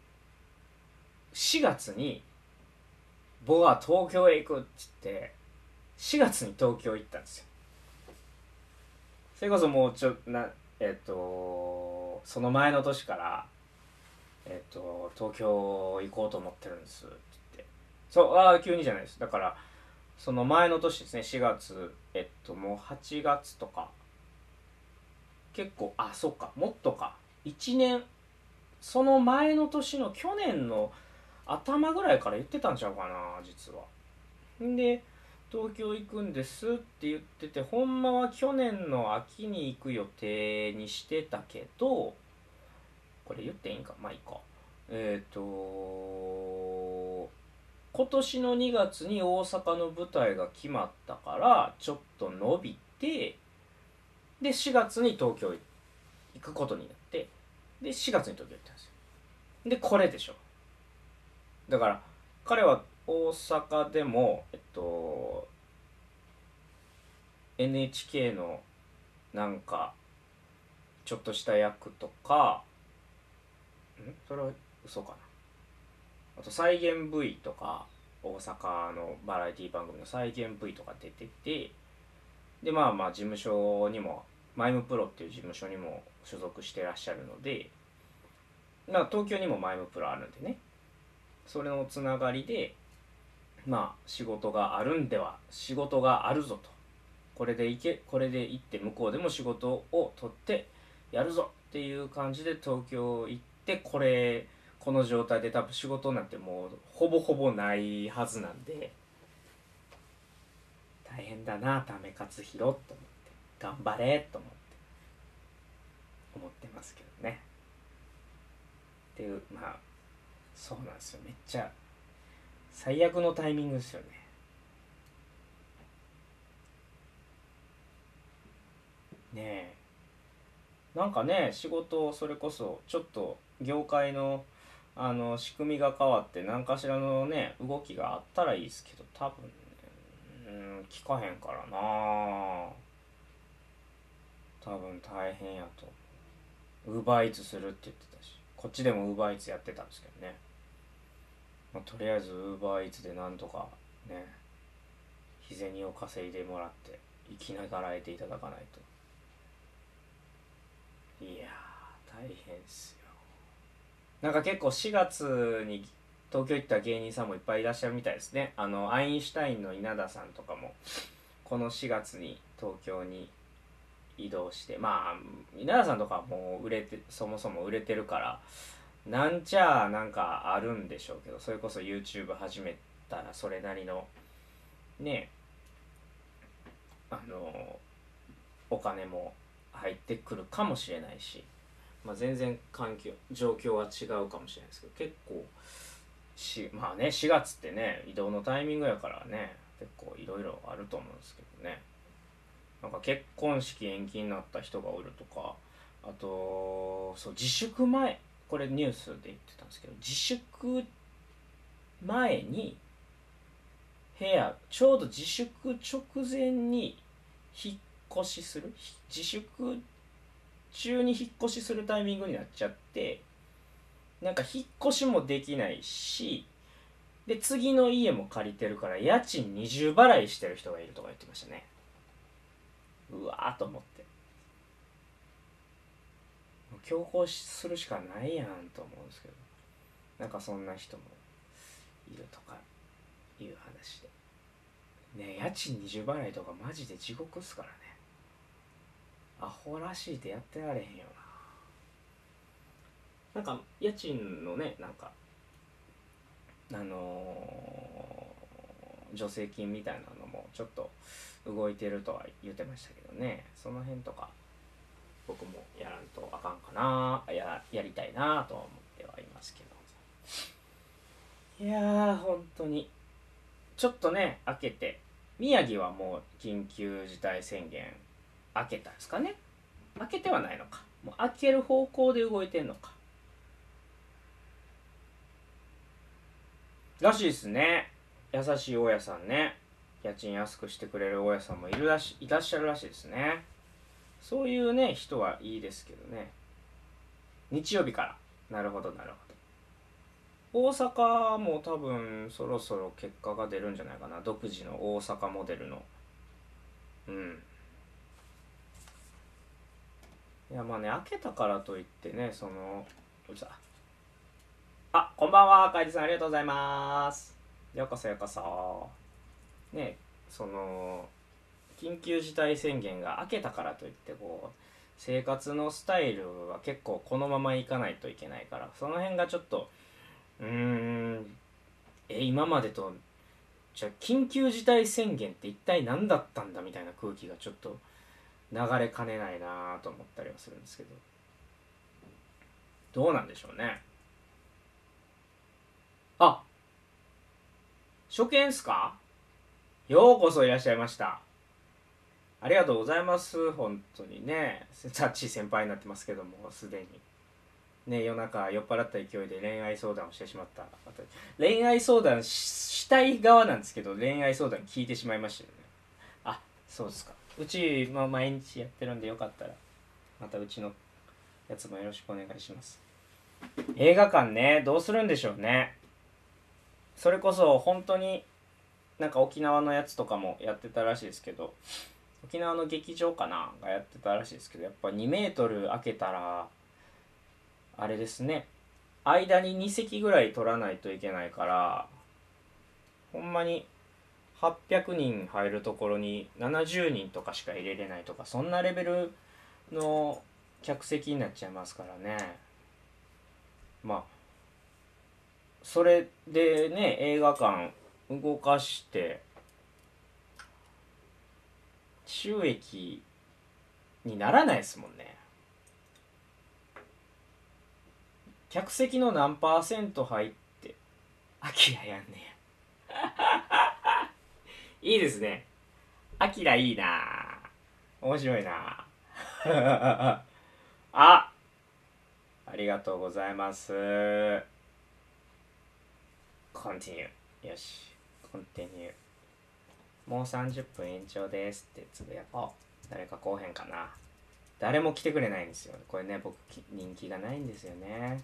しがつに僕は東京へ行くって言ってしがつに東京行ったんですよ。それこそもうちょなえっ、ー、とその前の年からえっ、ー、と東京行こうと思ってるんですって言って、そうああ急にじゃないです。だからその前の年ですね、しがつ、えっともうはちがつとか結構、あそっかもっとかいちねんその前の年の去年の頭ぐらいから言ってたんちゃうかな実は。で東京行くんですって言ってて、ほんまは去年の秋に行く予定にしてたけど、これ言っていいんか、まあいいか。えっ、ー、と今年のにがつに大阪の舞台が決まったからちょっと伸びて、でしがつに東京行くことになって、でしがつに東京行ったんですよ。でこれでしょ。だから彼は大阪でもえっと エヌエイチケー のなんかちょっとした役とか、んそれは嘘かな、あと再現 ブイ とか、大阪のバラエティ番組の再現 ブイ とか出てて、でまあまあ事務所にもマイムプロっていう事務所にも所属してらっしゃるので、まあ東京にもマイムプロあるんでね、それのつながりでまあ仕事があるんでは仕事があるぞと、これで行けこれで行って向こうでも仕事を取ってやるぞっていう感じで東京行って、これこの状態で多分仕事なんてもうほぼほぼないはずなんで、大変だな為勝弘と思って、頑張れと思って思ってますけどね。っていう、まあそうなんですよ、めっちゃ最悪のタイミングですよね。ねえ、なんかね仕事、それこそちょっと業界のあの仕組みが変わって何かしらのね動きがあったらいいですけど、多分ね、うん、聞かへんからな。多分大変やと。ウーバーイーツするって言ってたし、こっちでもウーバーイーツやってたんですけどね、まあ、とりあえずウーバーイーツでなんとかね日銭を稼いでもらって生きながらえていただかないと。いやー大変っすよ。なんか結構しがつに東京行った芸人さんもいっぱいいらっしゃるみたいですね。あのアインシュタインの稲田さんとかもこのしがつに東京に移動して、まあ稲田さんとかはもう売れてそもそも売れてるからなんちゃなんかあるんでしょうけど、それこそ YouTube 始めたらそれなりのねあのお金も入ってくるかもしれないし、まあ、全然環境状況は違うかもしれないですけど、結構しまあねしがつってね移動のタイミングやからね結構いろいろあると思うんですけどね。なんか結婚式延期になった人がおるとか、あとそう自粛前、これニュースで言ってたんですけど、自粛前に部屋ちょうど自粛直前に引っ越しする、自粛中に引っ越しするタイミングになっちゃって、なんか引っ越しもできないし、で次の家も借りてるから家賃二重払いしてる人がいるとか言ってましたね。うわーと思って、強行するしかないやんと思うんですけど、なんかそんな人もいるとかいう話でね。家賃二重払いとかマジで地獄っすからね。アホらしいでやってられへんよな。なんか家賃のねなんかあのー、助成金みたいなのもちょっと動いてるとは言ってましたけどね、その辺とか僕もやらんとあかんかな、ややりたいなとは思ってはいますけど、いやー本当にちょっとね明けて、宮城はもう緊急事態宣言明けたんですかね。明けてはないのか、もう明ける方向で動いてんのからしいですね。優しい大家さんね、家賃安くしてくれる大家さんもいるらしいらっしゃるらしいですね。そういうね人はいいですけどね。日曜日から、なるほどなるほど。大阪も多分そろそろ結果が出るんじゃないかな、独自の大阪モデルの。うん、いやまあね開けたからといってね、そのうるさあ、こんばんは、かいじさんありがとうございます。ようこそようこそ。ね、その緊急事態宣言が明けたからといってこう生活のスタイルは結構このままいかないといけないから、その辺がちょっとうーんえ今までとじゃあ緊急事態宣言って一体何だったんだみたいな空気がちょっと流れかねないなと思ったりはするんですけど、どうなんでしょうね。あ、初見っすか？ようこそいらっしゃいました。ありがとうございます。本当にね、タッチ先輩になってますけども、すでにね、夜中酔っ払った勢いで恋愛相談をしてしまった。恋愛相談 し, したい側なんですけど、恋愛相談聞いてしまいましたよね。あ、そうですか。うち、まあ、毎日やってるんで、よかったらまたうちのやつもよろしくお願いします。映画館ね、どうするんでしょうね。それこそ本当になんか沖縄のやつとかもやってたらしいですけど、沖縄の劇場かながやってたらしいですけど、やっぱにメートル開けたらあれですね、間にに席ぐらい取らないといけないから、ほんまにはっぴゃくにん入るところにななじゅうにんとかしか入れれないとか、そんなレベルの客席になっちゃいますからね。まあそれでね、映画館動かして収益にならないですもんね。客席の何パーセント入ってアキラやんねや。いいですね。アキラいいな、面白いな。あ、ありがとうございます。コンティニュー。よし、コンティニュー。もうさんじゅっぷん延長ですってつぶやこう。誰か来おへんかな。誰も来てくれないんですよ。これね、僕人気がないんですよね。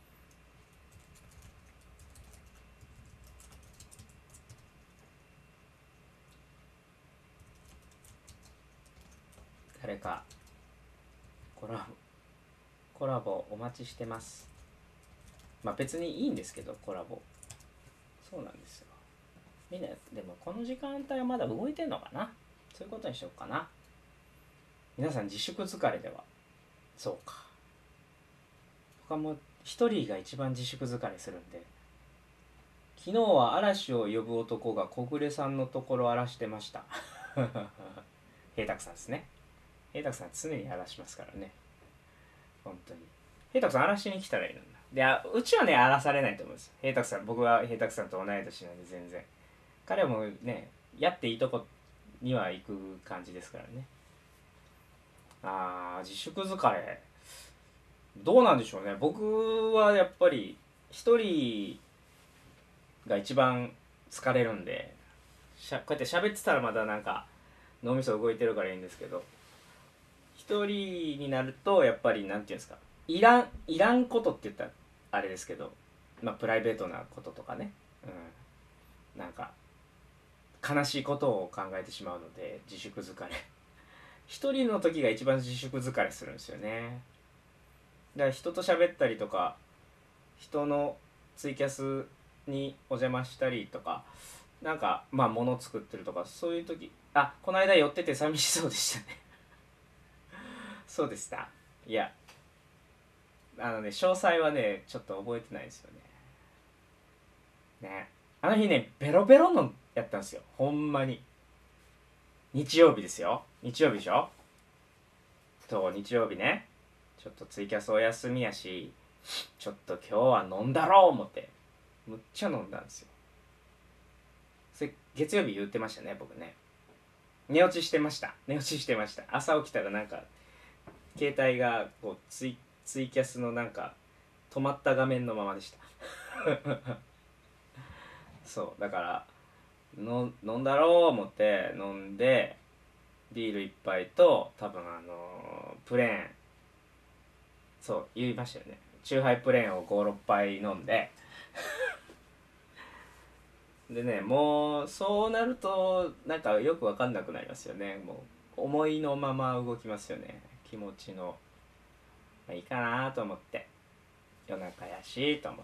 誰かコラボコラボお待ちしてます。まあ別にいいんですけど、コラボ。そうなんですよ。みんなでもこの時間帯はまだ動いてんのかな。そういうことにしようかな。皆さん自粛疲れでは。そうか。僕はもう一人が一番自粛疲れするんで。昨日は嵐を呼ぶ男が小暮さんのところ荒らしてました。平沢さんですね。平沢さん常に荒らしますからね。本当に。平沢さん荒らしに来たらいいのにな。で、あうちはね、荒らされないと思うんです。平沢さん、僕は平沢さんと同い年なんで全然。彼もね、やっていいとこには行く感じですからね。あー、自粛疲れ。どうなんでしょうね。僕はやっぱり一人が一番疲れるんで、しゃこうやって喋ってたらまだなんか脳みそ動いてるからいいんですけど、一人になるとやっぱりなんていうんですか、いらんいらんことって言ったらあれですけど、まあプライベートなこととかね、うん、なんか悲しいことを考えてしまうので自粛疲れ。一人の時が一番自粛疲れするんですよね。だから人と喋ったりとか、人のツイキャスにお邪魔したりとか、なんかまあ物作ってるとか、そういう時、あ、この間寄ってて寂しそうでしたね。そうでした。いや、あのね、詳細はねちょっと覚えてないですよね。ね、あの日ねベロベロのやったんですよ、ほんまに。日曜日ですよ、日曜日でしょ。そう、日曜日ね、ちょっとツイキャスお休みやし、ちょっと今日は飲んだろう思ってむっちゃ飲んだんですよ。それ月曜日言ってましたね、僕ね。寝落ちしてました、寝落ちしてました。朝起きたらなんか携帯がこうツイツイキャスのなんか止まった画面のままでした。そうだからの飲んだろう思って飲んで、ビール一杯と多分あのープレーン、そう言いましたよね、チューハイプレーンをごろっぱい飲んで、でね、もうそうなるとなんかよく分かんなくなりますよね。もう思いのまま動きますよね、気持ちの。まあ、いいかなと思って、夜中やしと思って。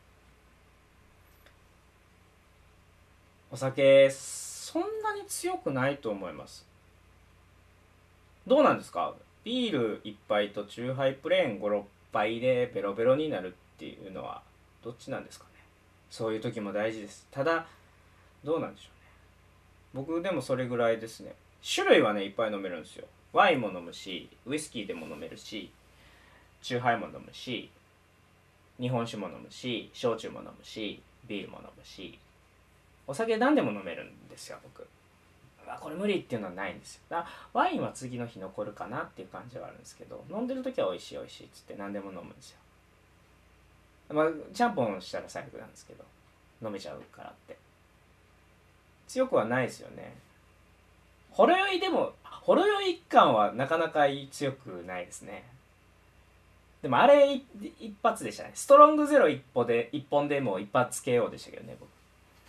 お酒そんなに強くないと思います。どうなんですか、 ビールいっぱいとチューハイプレーンごろっぱいでベロベロになるっていうのはどっちなんですかね。そういう時も大事です。ただどうなんでしょうね。僕でもそれぐらいですね。種類はねいっぱい飲めるんですよ。ワインも飲むし、ウイスキーでも飲めるし、チューハイも飲むし、日本酒も飲むし、焼酎も飲むし、ビールも飲むし、お酒何でも飲めるんですよ僕。あこれ無理っていうのはないんですよ。だからワインは次の日残るかなっていう感じはあるんですけど、飲んでる時は美味しい美味しいっつって何でも飲むんですよ。まあちゃんぽんしたら最悪なんですけど、飲めちゃうからって強くはないですよね。ほろ酔いでもほろ酔い感はなかなか強くないですね。でもあれ一発でしたね。ストロングゼロ一本で一本でもう一発けようでしたけどね僕。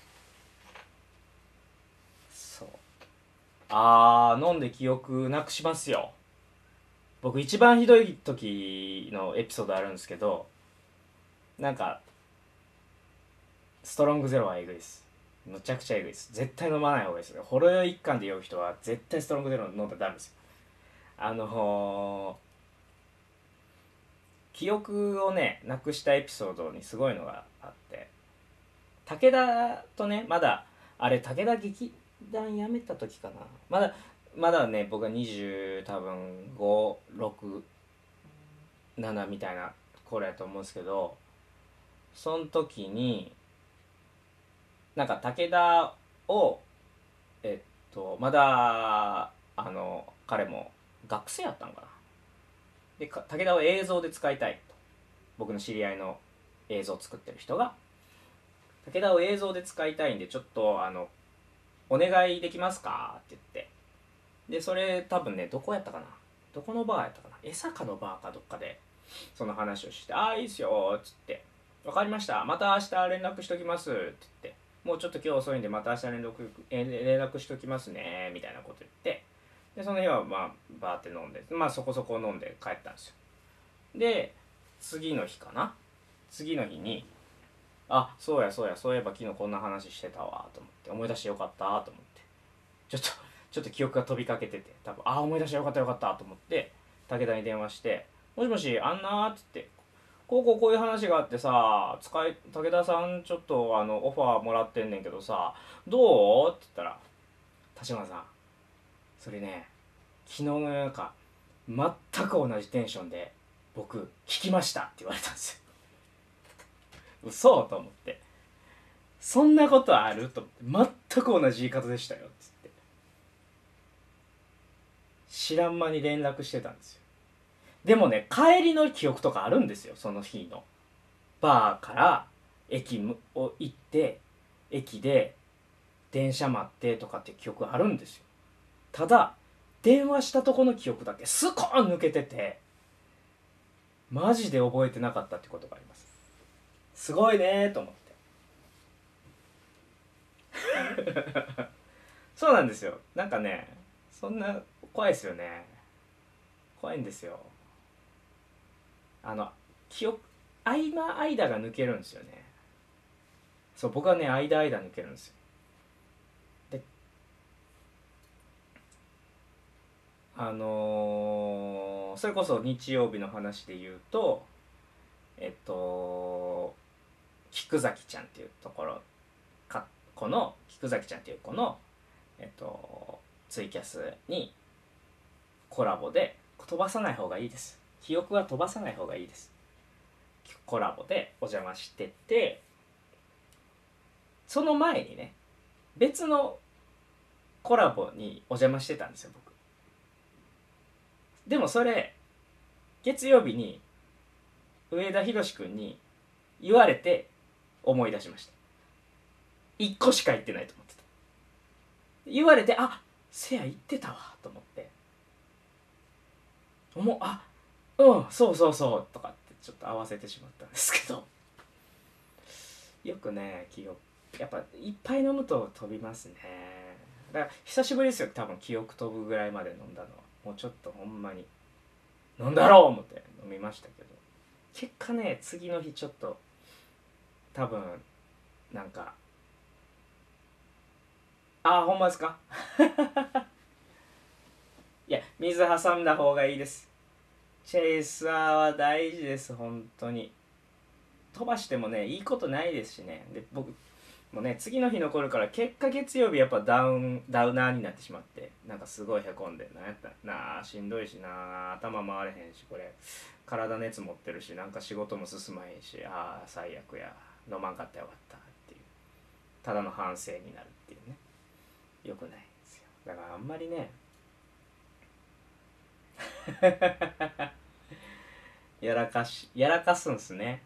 そう。あー飲んで記憶なくしますよ。僕一番ひどい時のエピソードあるんですけど、なんかストロングゼロはえぐいです。むちゃくちゃえぐいです。絶対飲まない方がいいですね。ほろ酔い一貫で酔う人は絶対ストロングゼロ飲んだらダメですよ。あのー、記憶をねなくしたエピソードにすごいのがあって、武田とねまだあれ武田劇団辞めた時かな、まだまだね僕がにじゅう多分ご、ろく、ななみたいな頃やと思うんですけど、その時になんか武田をえっとまだあの彼も学生やったんかな。で武田を映像で使いたいと、僕の知り合いの映像を作ってる人が武田を映像で使いたいんでちょっとあのお願いできますかって言って、でそれ多分ねどこやったかな、どこのバーやったかな、江坂のバーかどっかでその話をして、ああいいっすよっつって、分かりましたまた明日連絡しときますって言って、もうちょっと今日遅いんでまた明日連絡連絡しときますねみたいなこと言って、でその日はまあバーって飲んで、まあそこそこ飲んで帰ったんですよ。で次の日かな、次の日にあそうやそうやそういえば昨日こんな話してたわと思って思い出してよかったと思って、ちょっとちょっと記憶が飛びかけてて、多分あ思い出してよかったよかったと思って武田に電話して、もしもしあんなーって言って、こうこうこういう話があってさ、使い武田さんちょっとあのオファーもらってんねんけどさどうって言ったら、立花さんそれね昨日の夜中全く同じテンションで僕聞きましたって言われたんですよ。嘘と思って、そんなことあると思って、全く同じ言い方でしたよっつって、知らん間に連絡してたんですよ。でもね帰りの記憶とかあるんですよ。その日のバーから駅を行って駅で電車待ってとかって記憶あるんですよ。ただ電話したとこの記憶だけスコーン抜けてて、マジで覚えてなかったってことがあります。すごいねーと思ってそうなんですよ。なんかねそんな怖いですよね。怖いんですよ。あの記憶合間間が抜けるんですよね。そう僕はね間間抜けるんですよ。であのーそれこそ日曜日の話で言うとえっと菊崎ちゃんっていうところか子の菊崎ちゃんっていう子のえっとツイキャスにコラボで、飛ばさない方がいいです、記憶は飛ばさない方がいいです、コラボでお邪魔してて、その前にね別のコラボにお邪魔してたんですよ僕。でもそれ月曜日に上田博君に言われて思い出しました。いっこしか言ってないと思ってた。言われてあせや言ってたわと思って、思うあうんそうそうそうとかってちょっと合わせてしまったんですけど、よくね記憶やっぱいっぱい飲むと飛びますね。だから久しぶりですよ多分記憶飛ぶぐらいまで飲んだのは。もうちょっとほんまに飲んだろう思って飲みましたけど、結果ね次の日ちょっと多分なんかああほんまですかいや水挟んだ方がいいです。チェイサーは大事です、本当に。飛ばしてもねいいことないですしね。で僕もうね次の日残るから結果月曜日やっぱダウンダウナーになってしまって、なんかすごいへこんで、なんやったなあ、しんどいしなあ、頭回れへんし、これ体熱持ってるし、なんか仕事も進まへんし、ああ最悪や、飲まんかったらよかったっていう、ただの反省になるっていうね。よくないんですよ。だからあんまりねやらかしやらかすんすね。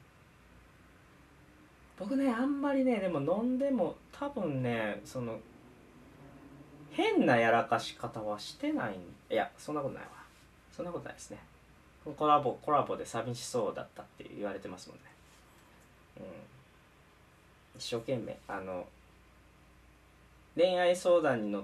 僕ねあんまりね、でも飲んでも多分ね、その変なやらかし方はしてないん、いやそんなことないわ、そんなことないですね。コラボコラボで寂しそうだったって言われてますもんね。うん、一生懸命あの恋愛相談に乗って、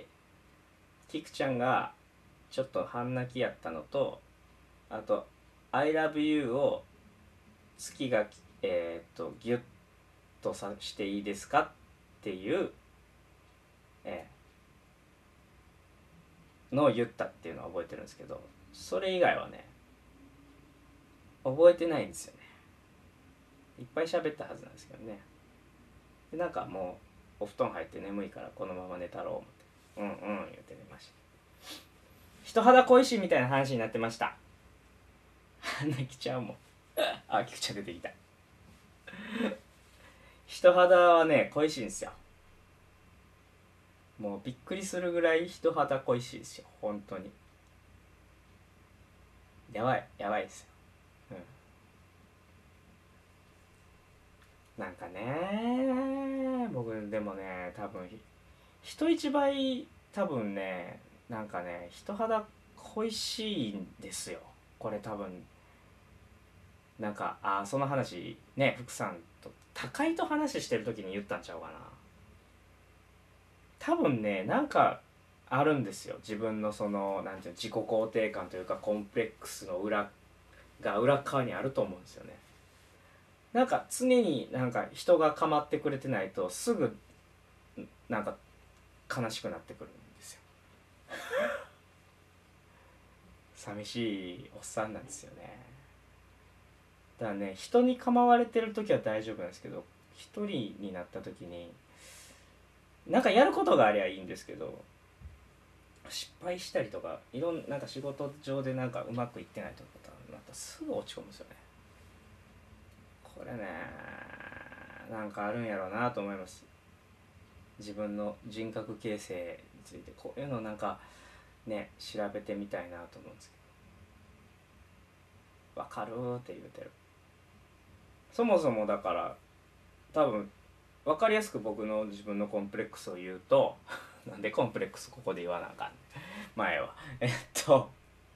キクちゃんがちょっと半泣きやったのと、あと「I love you」を月がえー、っとギュッとさしていいですかっていう、えーのを言ったっていうのは覚えてるんですけど、それ以外はね覚えてないんですよね。いっぱい喋ったはずなんですけどね。でなんかもうお布団入って眠いからこのまま寝たろう思って、うんうん言って寝ました。人肌恋しいみたいな話になってました。泣きちゃうもん。あ、キクちゃん出てきた。人肌はね恋しいんですよ。もうびっくりするぐらい人肌恋しいですよ、本当に。やばいやばいですよ。うん、なんかね僕でもね多分人一倍多分ね、なんかね人肌恋しいんですよ、これ多分。なんかあその話ね福さんと高井と話してる時に言ったんちゃうかな。多分ねなんかあるんですよ、自分のそのなんていうの自己肯定感というかコンプレックスの裏が裏側にあると思うんですよね。なんか常になんか人が構ってくれてないとすぐなんか悲しくなってくるんですよ。寂しいおっさんなんですよね。だからね人に構われてる時は大丈夫なんですけど、一人になった時になんかやることがありゃいいんですけど、失敗したりとかいろんなんか仕事上でなんかうまくいってないとかなったらすぐ落ち込むんですよね。これねなんかあるんやろうなと思います。自分の人格形成についてこういうのなんかね調べてみたいなと思うんですけど、分かるって言うてる。そもそもだから多分分かりやすく僕の自分のコンプレックスを言うとなんでコンプレックスここで言わなあかんね前はえっと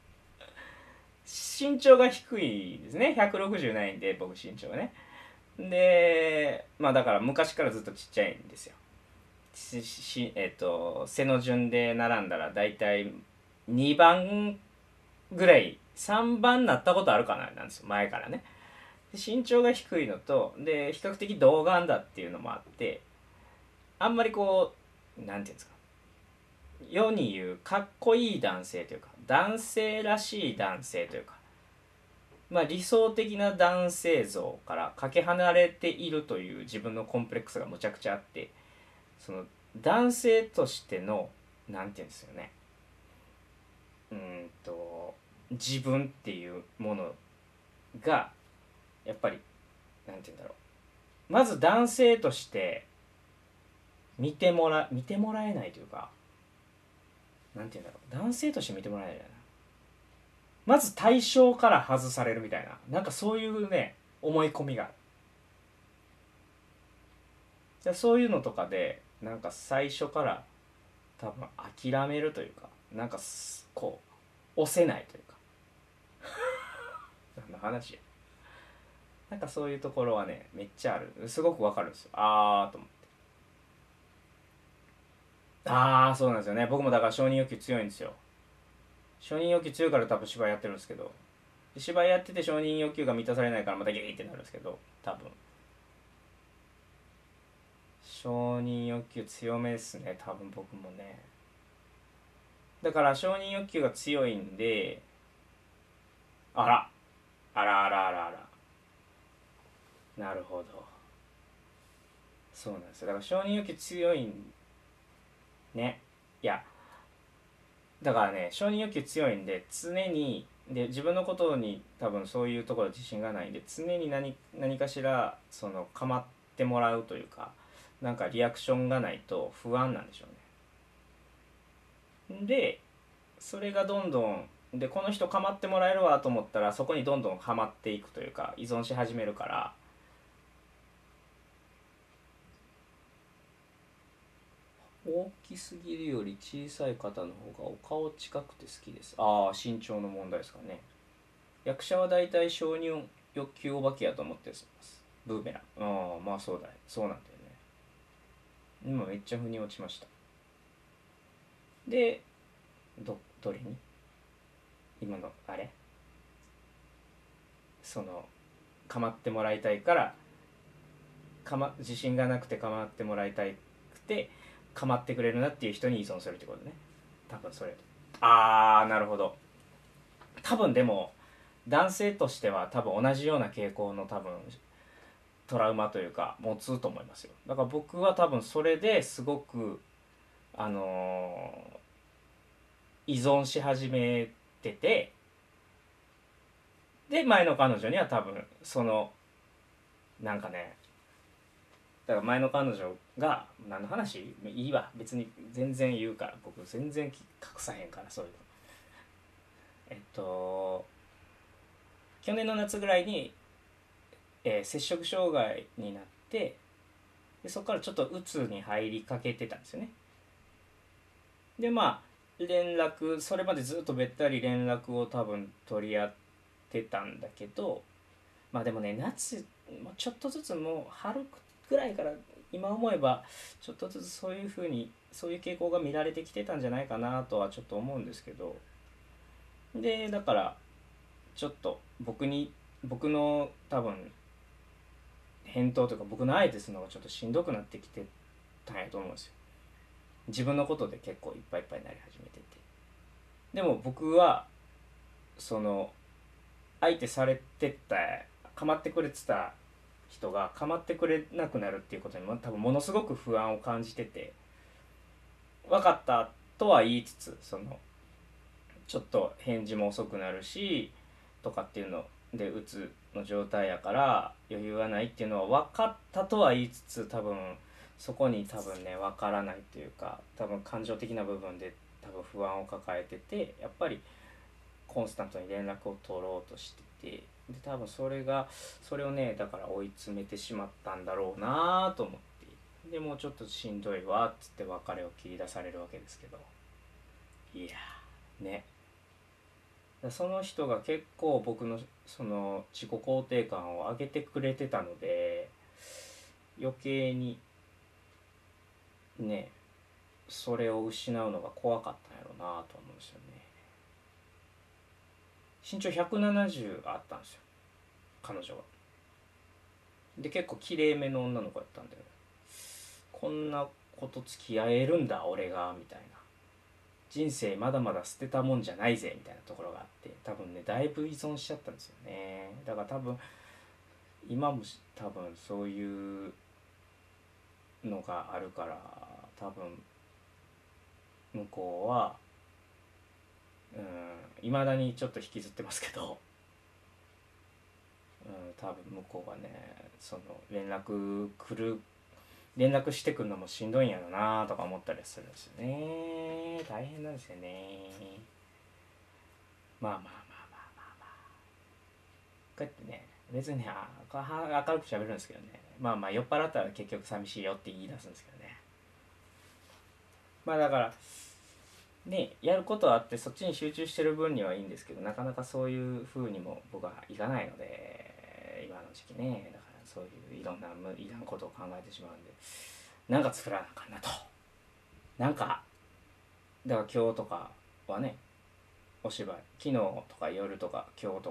身長が低いですね。ひゃくろくじゅうないんで僕身長がね。でまあだから昔からずっとちっちゃいんですよ。ししえっと背の順で並んだらだいたいにばんぐらいさんばんになったことあるかななんですよ前からね。身長が低いのとで比較的童顔だっていうのもあって、あんまりこうなんていうんですか、世に言うかっこいい男性というか男性らしい男性というか、まあ、理想的な男性像からかけ離れているという自分のコンプレックスがむちゃくちゃあって、その男性としてのなんていうんですよね、うんと自分っていうものがやっぱりなんていうんだろう、まず男性として見てもら見てもらえないというか、なんていうんだろう、男性として見てもらえないな、まず対象から外されるみたいな、なんかそういうね思い込みがある。そういうのとかでなんか最初から多分諦めるというか、なんかこう押せないというか、何の話や、なんかそういうところはねめっちゃある、すごくわかるんですよ。あーと思って、ああそうなんですよね。僕もだから承認欲求強いんですよ。承認欲求強いから多分芝居やってるんですけど、芝居やってて承認欲求が満たされないからまたゲーってなるんですけど、多分承認欲求強めですね多分僕もね。 だから承認欲求が強いんで、あらあらあらあらあら、なるほど、そうなんですよ。だから承認欲求強いんね。いや、だからね、承認欲求強いんで、常に、で、自分のことに多分そういうところ自信がないんで、常に何、何かしら、その、構ってもらうというか、なんかリアクションがないと不安なんでしょうね。で、それがどんどん、で、この人構ってもらえるわと思ったら、そこにどんどんハマっていくというか、依存し始めるから、大きすぎるより小さい方の方がお顔近くて好きです。ああ、身長の問題ですかね。役者は大体承認欲求お化けやと思ってます。ブーメラン。ああ、まあそうだね。そうなんだよね。今めっちゃ腑に落ちました。で、ど、どれに今の、あれその、構ってもらいたいから、かま、自信がなくて構ってもらいたくて、構ってくれるなっていう人に依存するってことね。多分それ。あー、なるほど。多分でも、男性としては多分同じような傾向の多分トラウマというか持つと思いますよ。だから僕は多分それですごくあのー依存し始めてて、で前の彼女には多分そのなんかね、だから前の彼女が何の話いいわ、別に全然言うから、僕全然隠さへんからそういうの。えっと去年の夏ぐらいに、えー、摂食障害になって、でそこからちょっと鬱に入りかけてたんですよね。でまあ連絡、それまでずっとべったり連絡を多分取り合ってたんだけど、まあでもね、夏もうちょっとずつ、もう春ぐらいから今思えばちょっとずつそういう風にそういう傾向が見られてきてたんじゃないかなとはちょっと思うんですけど、でだからちょっと僕に僕の多分返答というか、僕の相手するのがちょっとしんどくなってきてたんやと思うんですよ。自分のことで結構いっぱいいっぱいになり始めてて、でも僕はその相手されてた、構ってくれてた人が構ってくれなくなるっていうことにも多分ものすごく不安を感じてて、分かったとは言いつつ、そのちょっと返事も遅くなるしとかっていうので、うつの状態やから余裕がないっていうのは分かったとは言いつつ、多分そこに多分ね分からないというか、多分感情的な部分で多分不安を抱えてて、やっぱりコンスタントに連絡を取ろうとしてて、で多分それがそれをね、だから追い詰めてしまったんだろうなと思って、でもうちょっとしんどいわっつって別れを切り出されるわけですけど、いやーね、その人が結構僕のその自己肯定感を上げてくれてたので、余計にねそれを失うのが怖かったんやろうなと思うんですよね。身長ひゃくななじゅうあったんですよ、彼女は。で結構綺麗めの女の子やったんだよね。こんなこと付き合えるんだ俺がみたいな、人生まだまだ捨てたもんじゃないぜみたいなところがあって、多分ねだいぶ依存しちゃったんですよね。だから多分今も多分そういうのがあるから、多分向こうはうん未だにちょっと引きずってますけど、うん、多分向こうはね、その連絡来る連絡してくるのもしんどいんやろなとか思ったりするんですよね。大変なんですよね。まあまあまあまあまあまあ、こうやってね、別にね、あ明るく喋るんですけどね、まあまあ酔っ払ったら結局寂しいよって言い出すんですけどね。まあだからね、やることはあってそっちに集中してる分にはいいんですけど、なかなかそういう風にも僕はいかないので、今の時期ね、だからそういういろんないらんことを考えてしまうんで、なんか作らなあかんなと。なんかだから今日とかはね、お芝居、昨日とか夜とか今日とか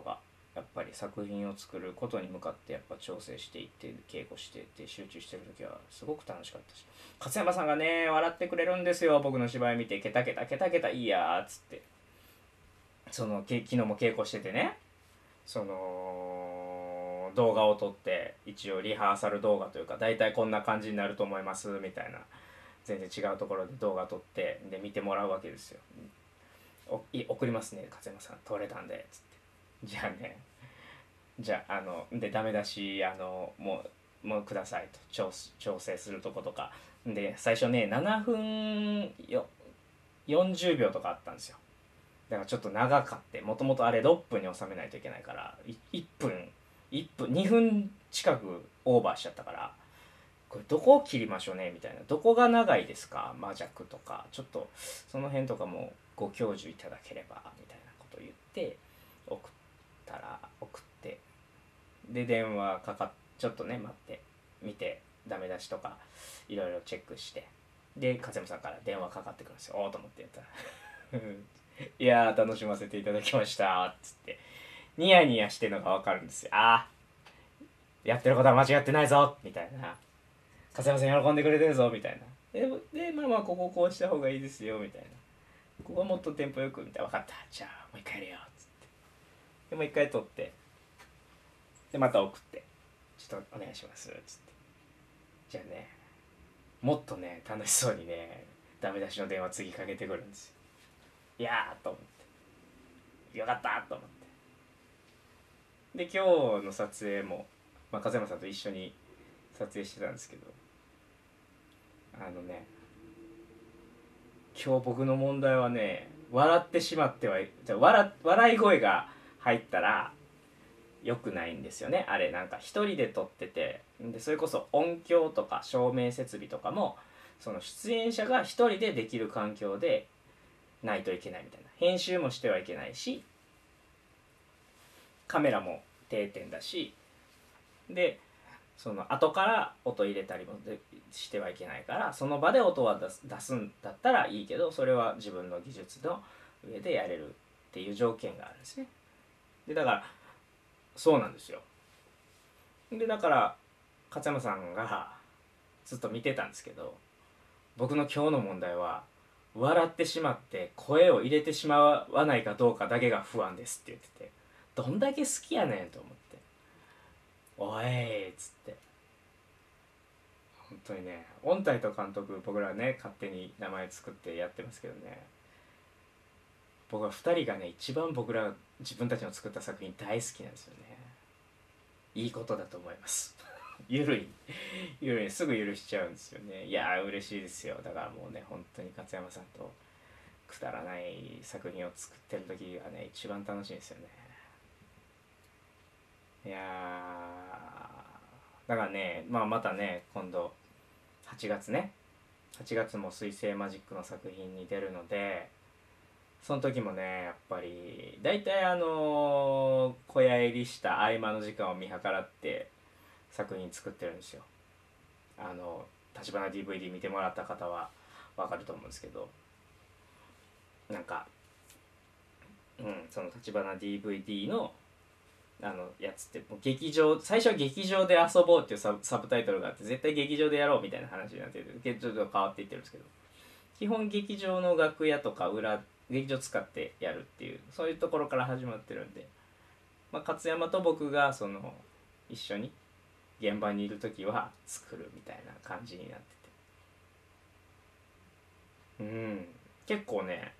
やっぱり作品を作ることに向かってやっぱ調整していって稽古していって集中してる時はすごく楽しかったし、勝山さんがね笑ってくれるんですよ、僕の芝居見てケタケタケタケタいいやーっつって。その昨日も稽古しててね、その動画を撮って、一応リハーサル動画というか大体こんな感じになると思いますみたいな、全然違うところで動画撮ってで見てもらうわけですよ。おい送りますね勝山さん撮れたんでつって。じゃあね、じゃああのでダメ出しあのもうもうくださいと、調調整するとことかで、最初ねななふんよよんじゅうびょうとかあったんですよ。だからちょっと長かって、もともとあれろっぷんに収めないといけないから、いっぷんいっぷんにふん近くオーバーしちゃったから、これどこを切りましょうねみたいな、どこが長いですか魔弱とか、ちょっとその辺とかもご教授いただければみたいなことを言って送ったら、送ってで電話かかっちょっとね待って見て、ダメ出しとかいろいろチェックして、で勝山さんから電話かかってくるんですよ。おおと思ってやったらいやー楽しませていただきましたっつってニヤニヤしてるのが分かるんですよ。あーやってることは間違ってないぞみたいな、勝山さん喜んでくれてるぞみたいな、ででまあまあこここうした方がいいですよみたいな、ここはもっとテンポよくみたいな、分かったじゃあもう一回やるよっつって、でもう一回撮って、でまた送ってちょっとお願いしますっつって、じゃあねもっとね楽しそうにねダメ出しの電話次かけてくるんですよ。いやーと思ってよかったと思って、で今日の撮影も、まあ、風山さんと一緒に撮影してたんですけど、あのね今日僕の問題はね、笑ってしまってはじゃ笑笑い声が入ったら良くないんですよね。あれなんか一人で撮ってて、でそれこそ音響とか照明設備とかもその出演者が一人でできる環境でないといけないみたいな、編集もしてはいけないしカメラも定点だし、でその後から音入れたりもしてはいけないから、その場で音は出す、出すんだったらいいけど、それは自分の技術の上でやれるっていう条件があるんですね。でだからそうなんですよ。でだから勝山さんがずっと見てたんですけど、僕の今日の問題は笑ってしまって声を入れてしまわないかどうかだけが不安ですって言ってて、どんだけ好きやねんと思って、おいっつって、本当にね、オンタイト監督僕らね勝手に名前作ってやってますけどね、僕はふたりがね一番僕ら自分たちの作った作品大好きなんですよね。いいことだと思いますゆるいゆるいすぐ許しちゃうんですよね。いやー嬉しいですよ。だからもうね本当に勝山さんとくだらない作品を作ってる時がね一番楽しいんですよね。いやーだからね、まあ、またね今度はちがつね、はちがつも水星マジックの作品に出るので、その時もねやっぱり大体あの小屋入りした合間の時間を見計らって作品作ってるんですよ。あの立花 ディーブイディー 見てもらった方は分かると思うんですけど、なんかうんその立花 ディーブイディー のあのやつってもう劇場、最初は劇場で遊ぼうっていうサブ、サブタイトルがあって、絶対劇場でやろうみたいな話になってる、劇場と変わっていってるんですけど、基本劇場の楽屋とか裏劇場使ってやるっていう、そういうところから始まってるんで、まあ、勝山と僕がその一緒に現場にいる時は作るみたいな感じになってて、うん結構ね、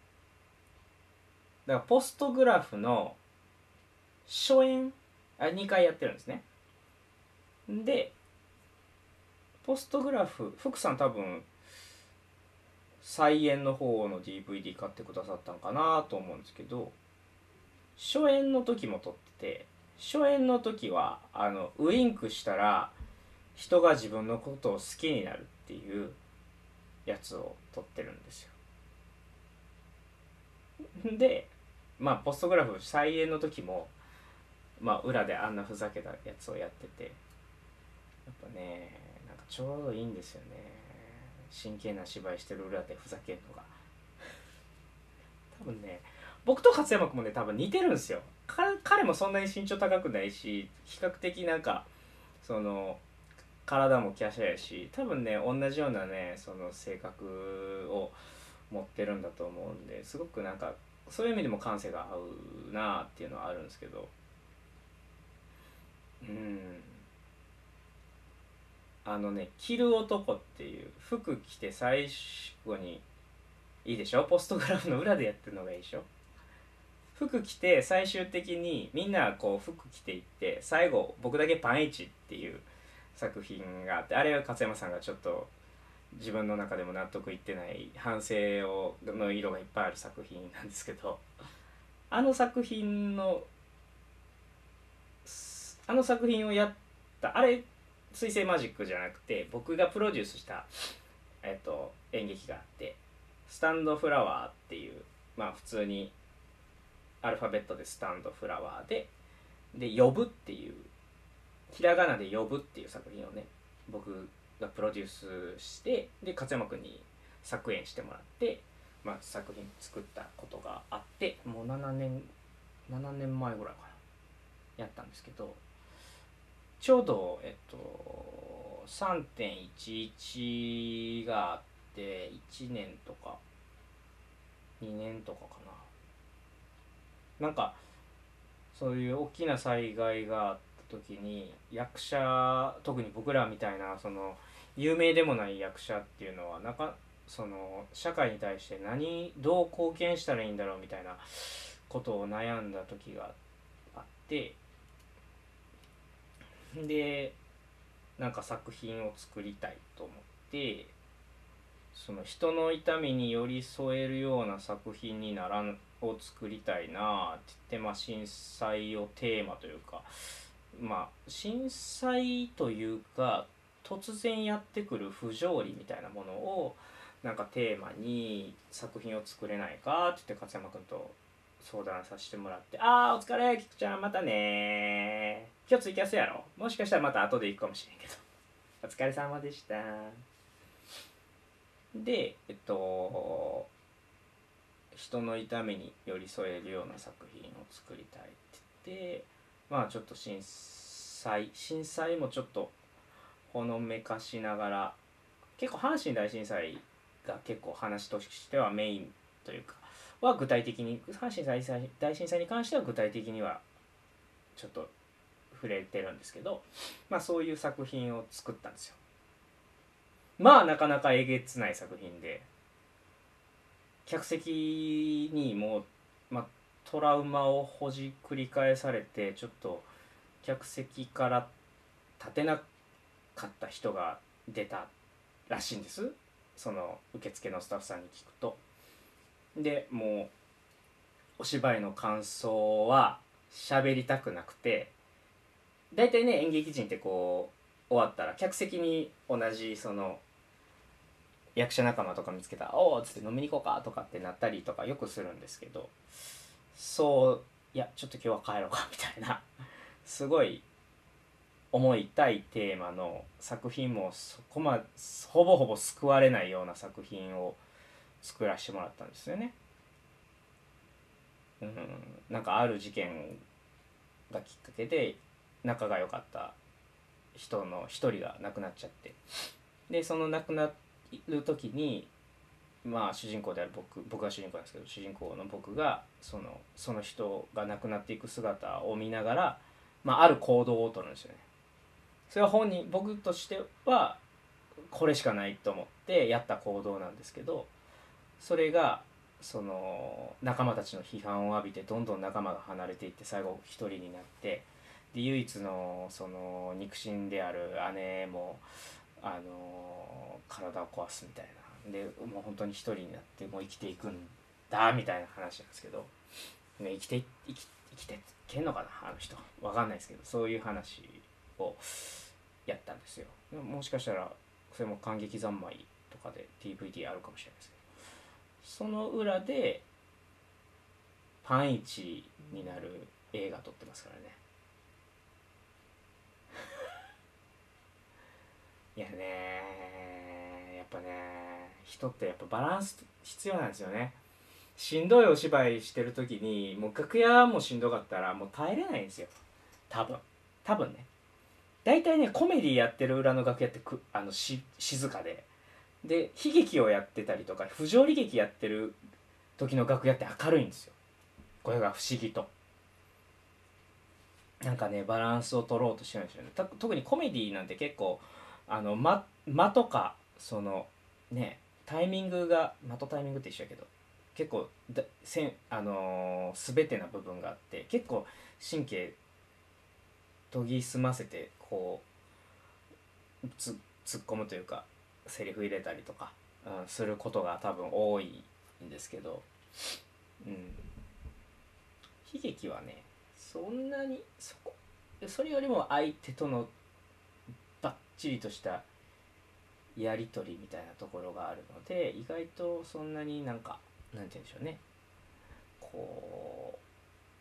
だからポストグラフの初演あにかいやってるんですね。でポストグラフ福さん多分再演の方の ディーブイディー 買ってくださったのかなと思うんですけど、初演の時も撮ってて、初演の時はあのウインクしたら人が自分のことを好きになるっていうやつを撮ってるんですよ。でまあポストグラフ再演の時もまあ裏であんなふざけたやつをやってて、やっぱねなんかちょうどいいんですよね。真剣な芝居してる裏でふざけるのが多分ね僕と勝山君もね多分似てるんですよ。 か彼もそんなに身長高くないし、比較的なんかその体も華奢やし、多分ね同じようなねその性格を持ってるんだと思うんで、すごくなんかそういう意味でも感性が合うなっていうのはあるんですけど、うん、あのね着る男っていう服着て最後に、いいでしょ、ポストグラフの裏でやってるのがいいでしょ。服着て最終的にみんなこう服着ていって、最後僕だけパンイチっていう作品があって、あれは勝山さんがちょっと自分の中でも納得いってない反省をの色がいっぱいある作品なんですけど、あの作品のあの作品をやったあれ水星マジックじゃなくて僕がプロデュースした、えっと、演劇があって、スタンドフラワーっていう、まあ普通にアルファベットでスタンドフラワーでで呼ぶっていう、ひらがなで呼ぶっていう作品をね僕がプロデュースして、で勝山君に作演してもらって、まあ、作品作ったことがあって、もうななねんななねんまえぐらいかなやったんですけど、ちょうどえっと さんてんいちいち があっていちねんとかにねんとかかな、なんかそういう大きな災害があった時に役者、特に僕らみたいなその有名でもない役者っていうのはなんかその社会に対して何どう貢献したらいいんだろうみたいなことを悩んだ時があって、でなんか作品を作りたいと思って、その人の痛みに寄り添えるような作品にならんを作りたいなって言って、まあ、震災をテーマというか、まあ震災というか突然やってくる不条理みたいなものをなんかテーマに作品を作れないかって言って勝山君と相談させてもらって、あーお疲れ菊ちゃんまたねー、今日ツイキャスやろ、もしかしたらまた後で行くかもしれんけどお疲れ様でした。でえっと人の痛みに寄り添えるような作品を作りたいって言って、まあちょっと震災震災もちょっとほのめかしながら、結構阪神大震災が結構話としてはメインというかは具体的に、阪神大震大震災に関しては具体的にはちょっと触れてるんですけど、まあそういう作品を作ったんですよ。まあなかなかえげつない作品で、客席にもう、まあ、トラウマをほじくり返されてちょっと客席から立てなかった人が出たらしいんです、その受付のスタッフさんに聞くと。でもうお芝居の感想は喋りたくなくて、大体ね演劇人ってこう終わったら客席に同じその役者仲間とか見つけたら「おお」っつって「飲みに行こうか」とかってなったりとかよくするんですけど、そういやちょっと今日は帰ろうかみたいなすごい思いたいテーマの作品もそこまほぼほぼ救われないような作品を作らせてもらったんですよね。うん、なんかある事件がきっかけで仲が良かった人の一人が亡くなっちゃって、でその亡くなる時にまあ主人公である僕僕が主人公なんですけど、主人公の僕がそのその人が亡くなっていく姿を見ながら、まあ、ある行動をとるんですよね。それは本人僕としてはこれしかないと思ってやった行動なんですけど、それがその仲間たちの批判を浴びてどんどん仲間が離れていって最後一人になって、で唯一のその肉親である姉もあの体を壊すみたいなで、もう本当に一人になってもう生きていくんだみたいな話なんですけど、ね、生きて生き生きていけんのかなあの人わかんないですけど、そういう話をやったんですよ。もしかしたらそれも感激三昧とかで ディーブイディー あるかもしれないですけど、その裏でパンイチになる映画撮ってますからね。いやねやっぱね人ってやっぱバランス必要なんですよね。 しんどいお芝居してる時にもう楽屋もしんどかったらもう耐えれないんですよ。多分多分ね。大体ねコメディやってる裏の楽屋ってくあのし静かで、で悲劇をやってたりとか不条理劇やってる時の楽屋って明るいんですよ。これが不思議となんかねバランスを取ろうとしてるんですよね。た特にコメディなんて結構あの間、間とかそのねタイミングが間とタイミングって一緒やけど結構だせん、あのー、全てな部分があって結構神経研ぎ澄ませてこうつ突っ込むというかセリフ入れたりとか、うん、することが多分多いんですけど、うん、悲劇はねそんなにそこそれよりも相手とのバッチリとしたやり取りみたいなところがあるので意外とそんなになんかなんて言うんでしょうねこう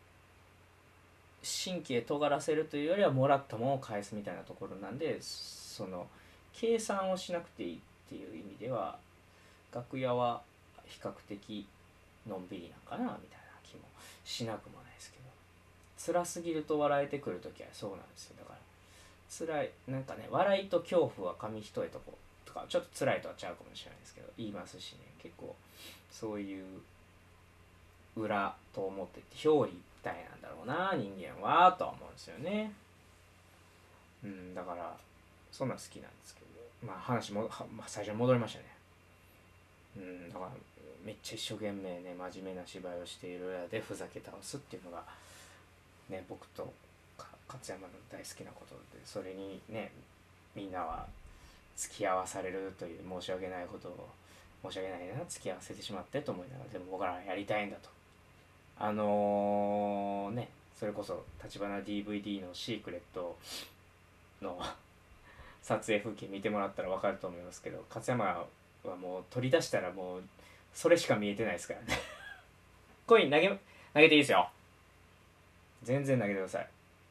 神経尖らせるというよりはもらったものを返すみたいなところなんでその計算をしなくていいっていう意味では楽屋は比較的のんびりなんかなみたいな気もしなくもないですけど辛すぎると笑えてくるときはそうなんですよ。だから辛いなんかね笑いと恐怖は紙一重とことかちょっと辛いとはちゃうかもしれないですけど言いますしね結構そういう裏と表って表裏一体なんだろうな人間はとは思うんですよね。うんだからそんなん好きなんですけどまあ話も、まあ、最初に戻りましたね。うんだからめっちゃ一生懸命ね真面目な芝居をしている裏でふざけ倒すっていうのがね僕と勝山の大好きなことでそれにねみんなは付き合わされるという申し訳ないことを申し訳ないな付き合わせてしまってと思いながらでも僕らはやりたいんだとあのー、ねそれこそ立花 ディーブイディー のシークレットの撮影風景見てもらったら分かると思いますけど勝山はもう取り出したらもうそれしか見えてないですからねコイン投げ投げていいですよ全然投げてください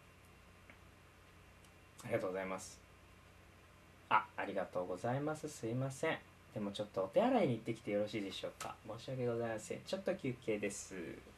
ありがとうございますあありがとうございますすいませんでもちょっとお手洗いに行ってきてよろしいでしょうか申し訳ございませんちょっと休憩です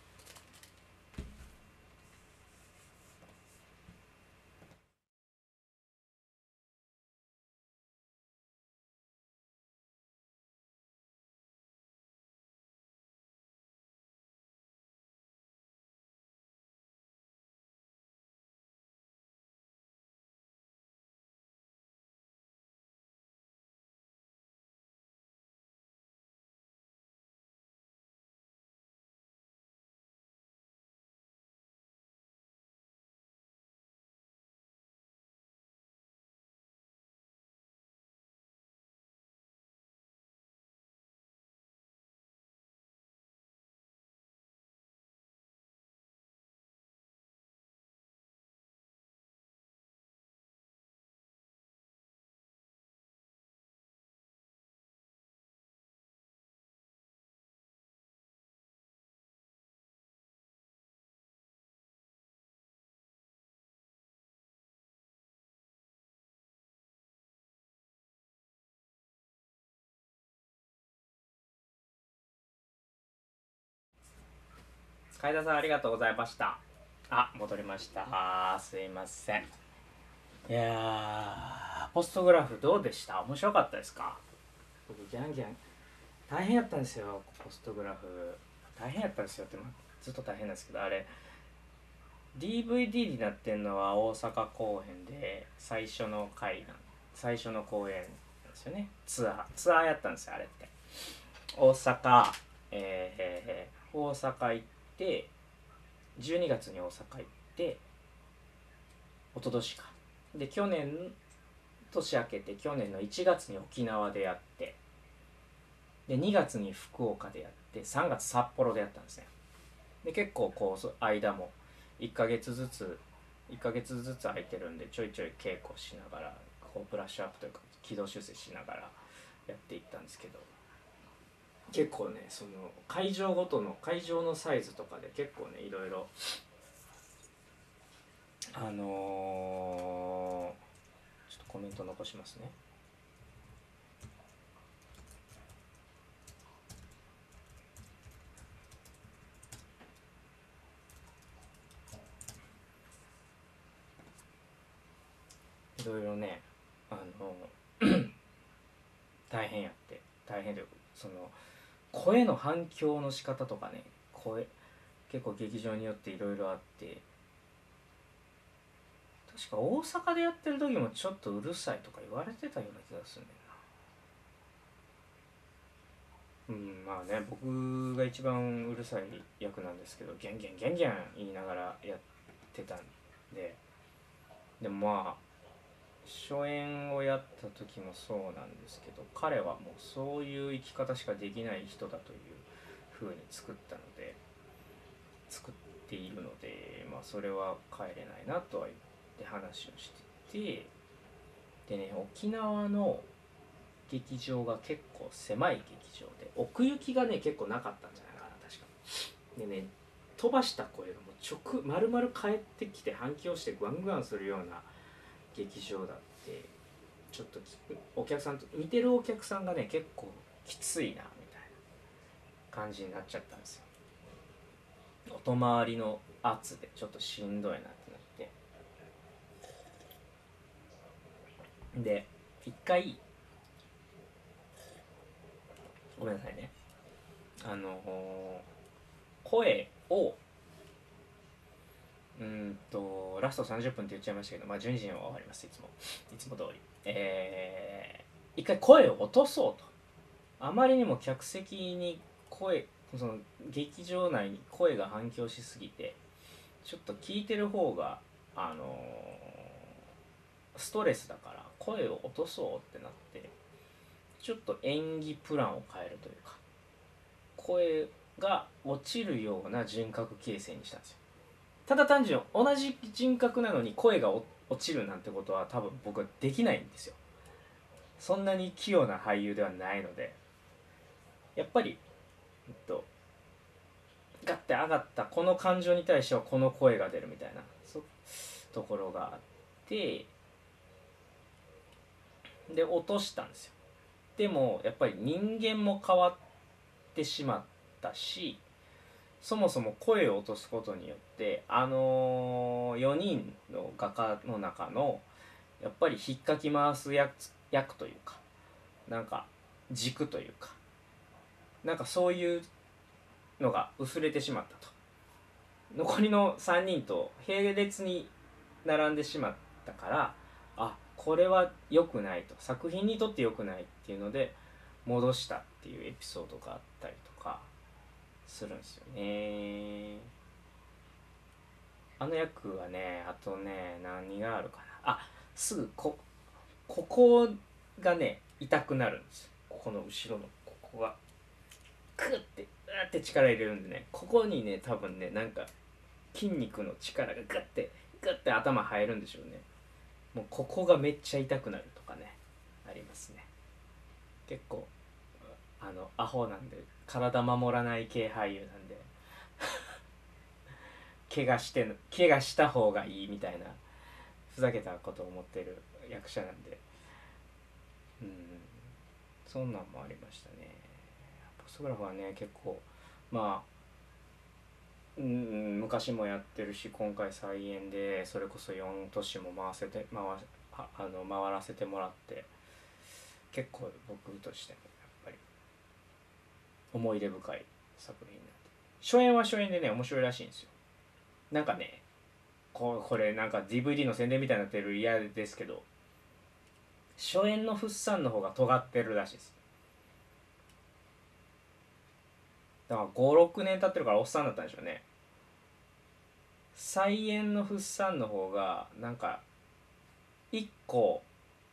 海田さんありがとうございましたあ戻りましたすいませんいやーポストグラフどうでした面白かったですか僕ギャンギャン大変やったんですよポストグラフ大変やったんですよって、まあ、ずっと大変なんですけどあれ ディーブイディー になってんのは大阪公演で最初の回なん最初の公演なんですよねツアーツアーやったんですよあれって大阪えー、大阪行ってじゅうにがつに大阪行って一昨年かで去年年明けて去年のいちがつに沖縄でやってでにがつに福岡でやってさんがつ札幌でやったんですねで結構こう間もいっかげつずついっかげつずつ空いてるんでちょいちょい稽古しながらこうブラッシュアップというか軌道修正しながらやっていったんですけど結構ねその会場ごとの会場のサイズとかで結構ねいろいろあのー、ちょっとコメント残しますね変やって大変で、その声の反響の仕方とかね、声結構劇場によっていろいろあって、確か大阪でやってる時もちょっとうるさいとか言われてたような気がするんだよな。うんまあね、僕が一番うるさい役なんですけど、ギャンギャンギャンギャン言いながらやってたんで、でもまあ初演をやった時もそうなんですけど、彼はもうそういう生き方しかできない人だという風に作ったので作っているので、まあそれは帰れないなとは言って話をしてて、でね、沖縄の劇場が結構狭い劇場で奥行きがね結構なかったんじゃないかな確かでね、飛ばした声がもう直丸々返ってきて反響してグワングワンするような劇場だって、ちょっとお客さんと見てるお客さんがね結構きついなみたいな感じになっちゃったんですよ。音回りの圧でちょっとしんどいなってなって、で一回ごめんなさいね、あの声をうんとラストさんじゅっぷんって言っちゃいましたけど、まあじゅうにじには終わります。いつもいつも通りえー、一回声を落とそうと。あまりにも客席に声、その劇場内に声が反響しすぎて、ちょっと聞いてる方があのーストレスだから声を落とそうってなって、ちょっと演技プランを変えるというか、声が落ちるような人格形成にしたんですよ。ただ単純に同じ人格なのに声が落ちるなんてことは多分僕はできないんですよ。そんなに器用な俳優ではないので、やっぱり、えっと、ガッて上がったこの感情に対してはこの声が出るみたいなそところがあって、で落としたんですよ。でもやっぱり人間も変わってしまったし、そもそも声を落とすことによってあのよにんの画家の中のやっぱり引っかき回す役役というか、なんか軸というか、なんかそういうのが薄れてしまったと。残りのさんにんと並列に並んでしまったから、あ、これは良くないと、作品にとって良くないっていうので戻したっていうエピソードがあったりとかするんですよね。あの役はね、あとね、何があるかなあ、すぐこここがね痛くなるんですよ。ここの後ろのここがクッてうーって力入れるんでね、ここにね多分ねなんか筋肉の力がグッてグッて頭入るんでしょうね。もうここがめっちゃ痛くなるとかね、ありますね。結構あのアホなんで体守らない系俳優なんで怪我して怪我した方がいいみたいなふざけたことを思ってる役者なんで、うん、そんなんもありましたね。ポストグラフはね結構まあうん昔もやってるし、今回再演でそれこそよん都市も回せて回ああの回らせてもらって、結構僕としてもやっぱり思い出深い作品になって、初演は初演でね面白いらしいんですよ。なんかね、ここれなんか ディーブイディー の宣伝みたいになってる嫌ですけど、初演のフッサンの方が尖ってるらしいです。だからごろくねん経ってるからおっさんだったんでしょうね。再演のフッサンの方がなんか一個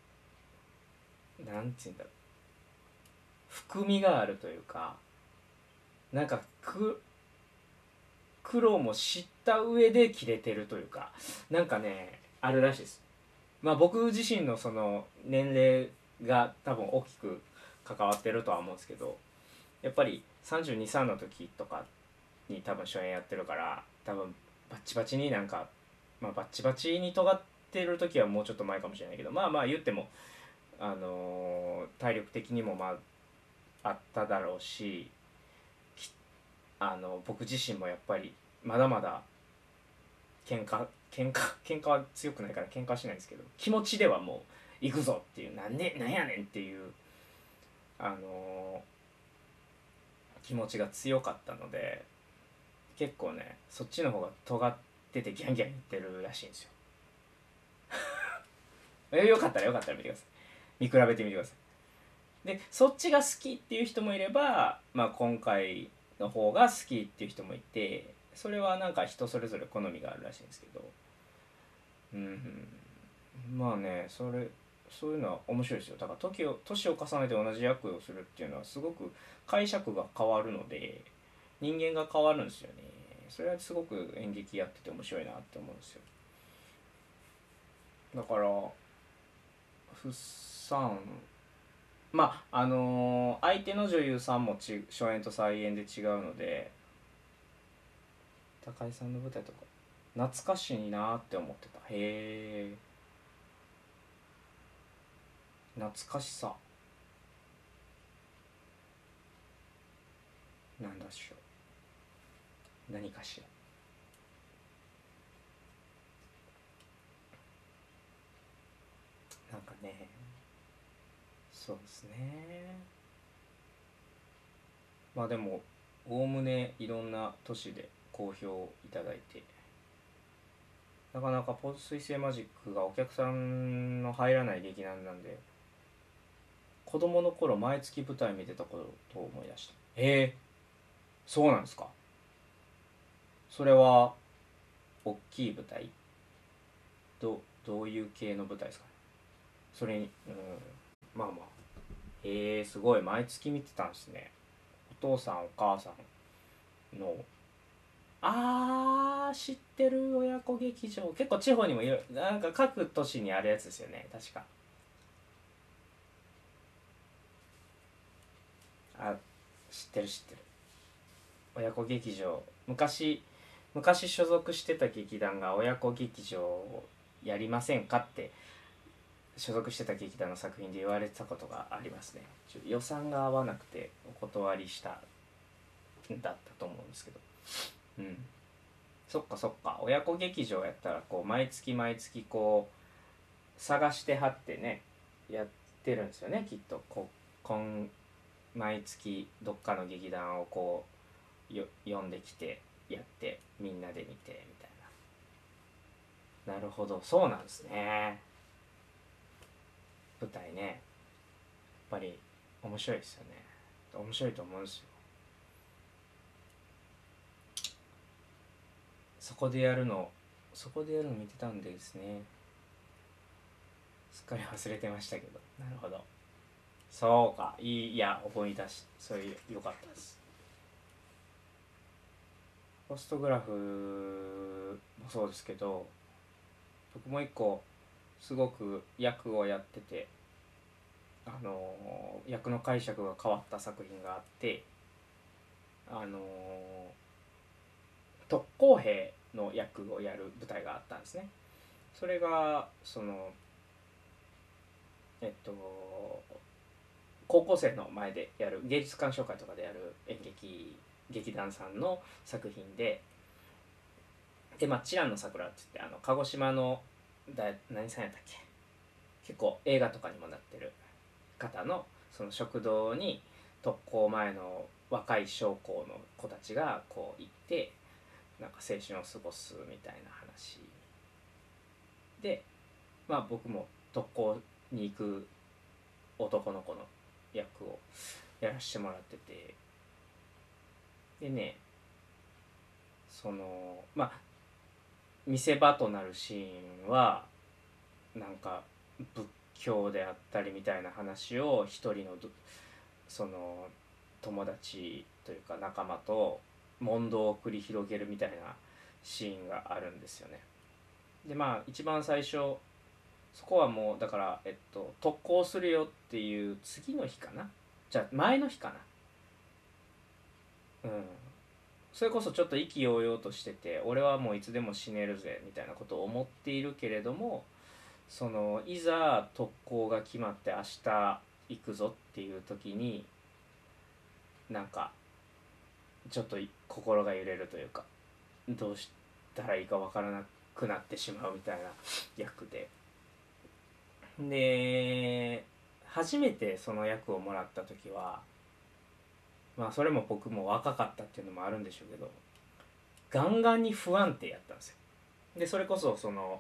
なんて言うんだろう、含みがあるというか、なんかく苦労も知った上で切れてるというか、なんかねあるらしいです。まあ僕自身のその年齢が多分大きく関わってるとは思うんですけど、やっぱりさんじゅうに、さんの時とかに多分初演やってるから、多分バッチバチになんか、まあバッチバチに尖ってる時はもうちょっと前かもしれないけど、まあまあ言ってもあのー体力的にもまああっただろうし、あの僕自身もやっぱりまだまだ喧嘩喧嘩喧嘩は強くないから喧嘩はしないんですけど、気持ちではもう行くぞっていう、なんでなんやねんっていうあのー気持ちが強かったので、結構ねそっちの方が尖っててギャンギャン言ってるらしいんですよ。えよかったらよかったら見てください。見比べてみてください。でそっちが好きっていう人もいれば、まあ、今回の方が好きっていう人もいて、それはなんか人それぞれ好みがあるらしいんですけど、うん、まあね、それそういうのは面白いですよ。だから時を年を重ねて同じ役をするっていうのはすごく解釈が変わるので、人間が変わるんですよね。それはすごく演劇やってて面白いなって思うんですよ。だからフッサン、まああのー相手の女優さんもち初演と再演で違うので、高井さんの舞台とか懐かしいなって思ってた。へえ、懐かしさなんだっしょう、何かしら。なんかね、そうですね。まあでもおおむねいろんな都市で好評いただいて、なかなかポ水星マジックがお客さんの入らない劇団なんで、子供の頃毎月舞台見てたことを思い出した。へえ、そうなんですか。それは大きい舞台、どどういう系の舞台ですかね。それに、うん、まあまあ、へえ、すごい毎月見てたんですね。お父さんお母さんの、あー知ってる、親子劇場結構地方にもいる、なんか各都市にあるやつですよね、確か。あ、知ってる知ってる。親子劇場、昔昔所属してた劇団が親子劇場をやりませんかって所属してた劇団の作品で言われてたことがありますね。ちょ予算が合わなくてお断りしたんだったと思うんですけど、うん、そっかそっか、親子劇場やったらこう毎月毎月こう探してはってね、やってるんですよね、きっと。こう今毎月どっかの劇団をこうよ呼んできてやってみんなで見てみたいな。なるほど、そうなんですね。舞台ね、やっぱり面白いですよね。面白いと思うんですよ。そこでやるのそこでやるの見てたんですね。すっかり忘れてましたけど。なるほど、そうか、いい、いや思い出し、それよかったです。ポストグラフもそうですけど、僕も一個すごく役をやってて、あの役の解釈が変わった作品があって、あの特攻兵の役をやる舞台があったんですね。それがそのえっと高校生の前でやる芸術鑑賞会とかでやる演劇劇団さんの作品で、でまあ「チランの桜」って言って、あの鹿児島のだ何さんやったっけ、結構映画とかにもなってる方のその食堂に特攻前の若い将校の子たちがこう行って、なんか青春を過ごすみたいな話で、まあ僕も特攻に行く男の子の役をやらせてもらってて、でね、そのまあ見せ場となるシーンはなんか仏教であったりみたいな話を一人のその友達というか仲間と問答を繰り広げるみたいなシーンがあるんですよね。でまあ一番最初、そこはもうだから、えっと、特攻するよっていう次の日かな、じゃあ前の日かな、うん、それこそちょっと意気揚々としてて、俺はもういつでも死ねるぜみたいなことを思っているけれども、そのいざ特攻が決まって明日行くぞっていう時に、なんかちょっと心が揺れるというか、どうしたらいいかわからなくなってしまうみたいな役で、で初めてその役をもらった時は、まあそれも僕も若かったっていうのもあるんでしょうけど、ガンガンに不安定やったんですよ。でそれこそその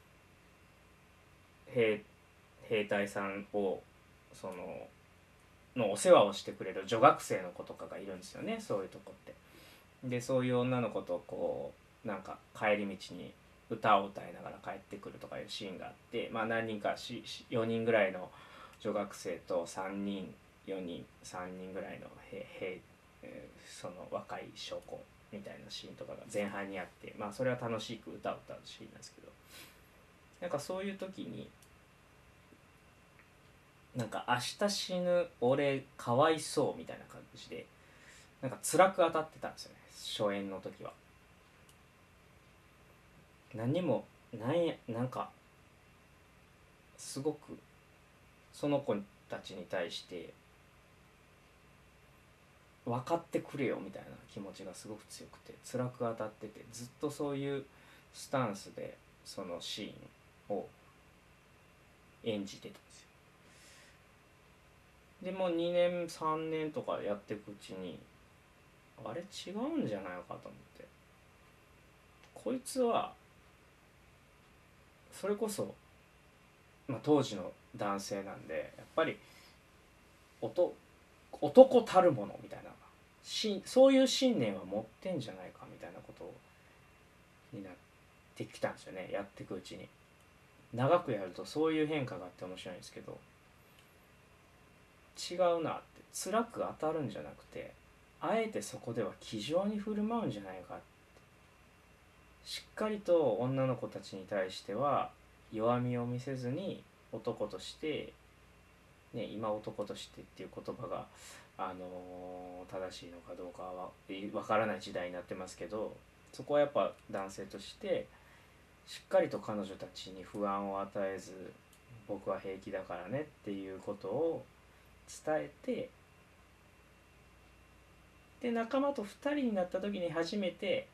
兵兵隊さんをそののお世話をしてくれる女学生の子とかがいるんですよね、そういうとこって。でそういう女の子とこうなんか帰り道に歌を歌いながら帰ってくるとかいうシーンがあって、まあ何人かしよにんぐらいの女学生とさんにんよにんさんにんぐらいの兵兵、えーその若い将校みたいなシーンとかが前半にあって、まあそれは楽しく歌を歌うシーンなんですけど、なんかそういう時になんか明日死ぬ俺かわいそうみたいな感じでなんか辛く当たってたんですよね、初演の時は。何にもなんやなんかすごくその子たちに対して分かってくれよみたいな気持ちがすごく強くて辛く当たってて、ずっとそういうスタンスでそのシーンを演じてたんですよ。でもにねんさんねんとかやっていくうちにあれ違うんじゃないかと思って、こいつはそれこそ、まあ、当時の男性なんでやっぱり男男たるものみたいなしそういう信念は持ってんじゃないかみたいなことになってきたんですよね、やっていくうちに。長くやるとそういう変化があって面白いんですけど、違うなって、辛く当たるんじゃなくてあえてそこでは気丈に振る舞うんじゃないかって、しっかりと女の子たちに対しては弱みを見せずに男としてね、今男としてっていう言葉が、あのー正しいのかどうかはわからない時代になってますけど、そこはやっぱ男性としてしっかりと彼女たちに不安を与えず僕は平気だからねっていうことを伝えて、で仲間とふたりになった時に初めて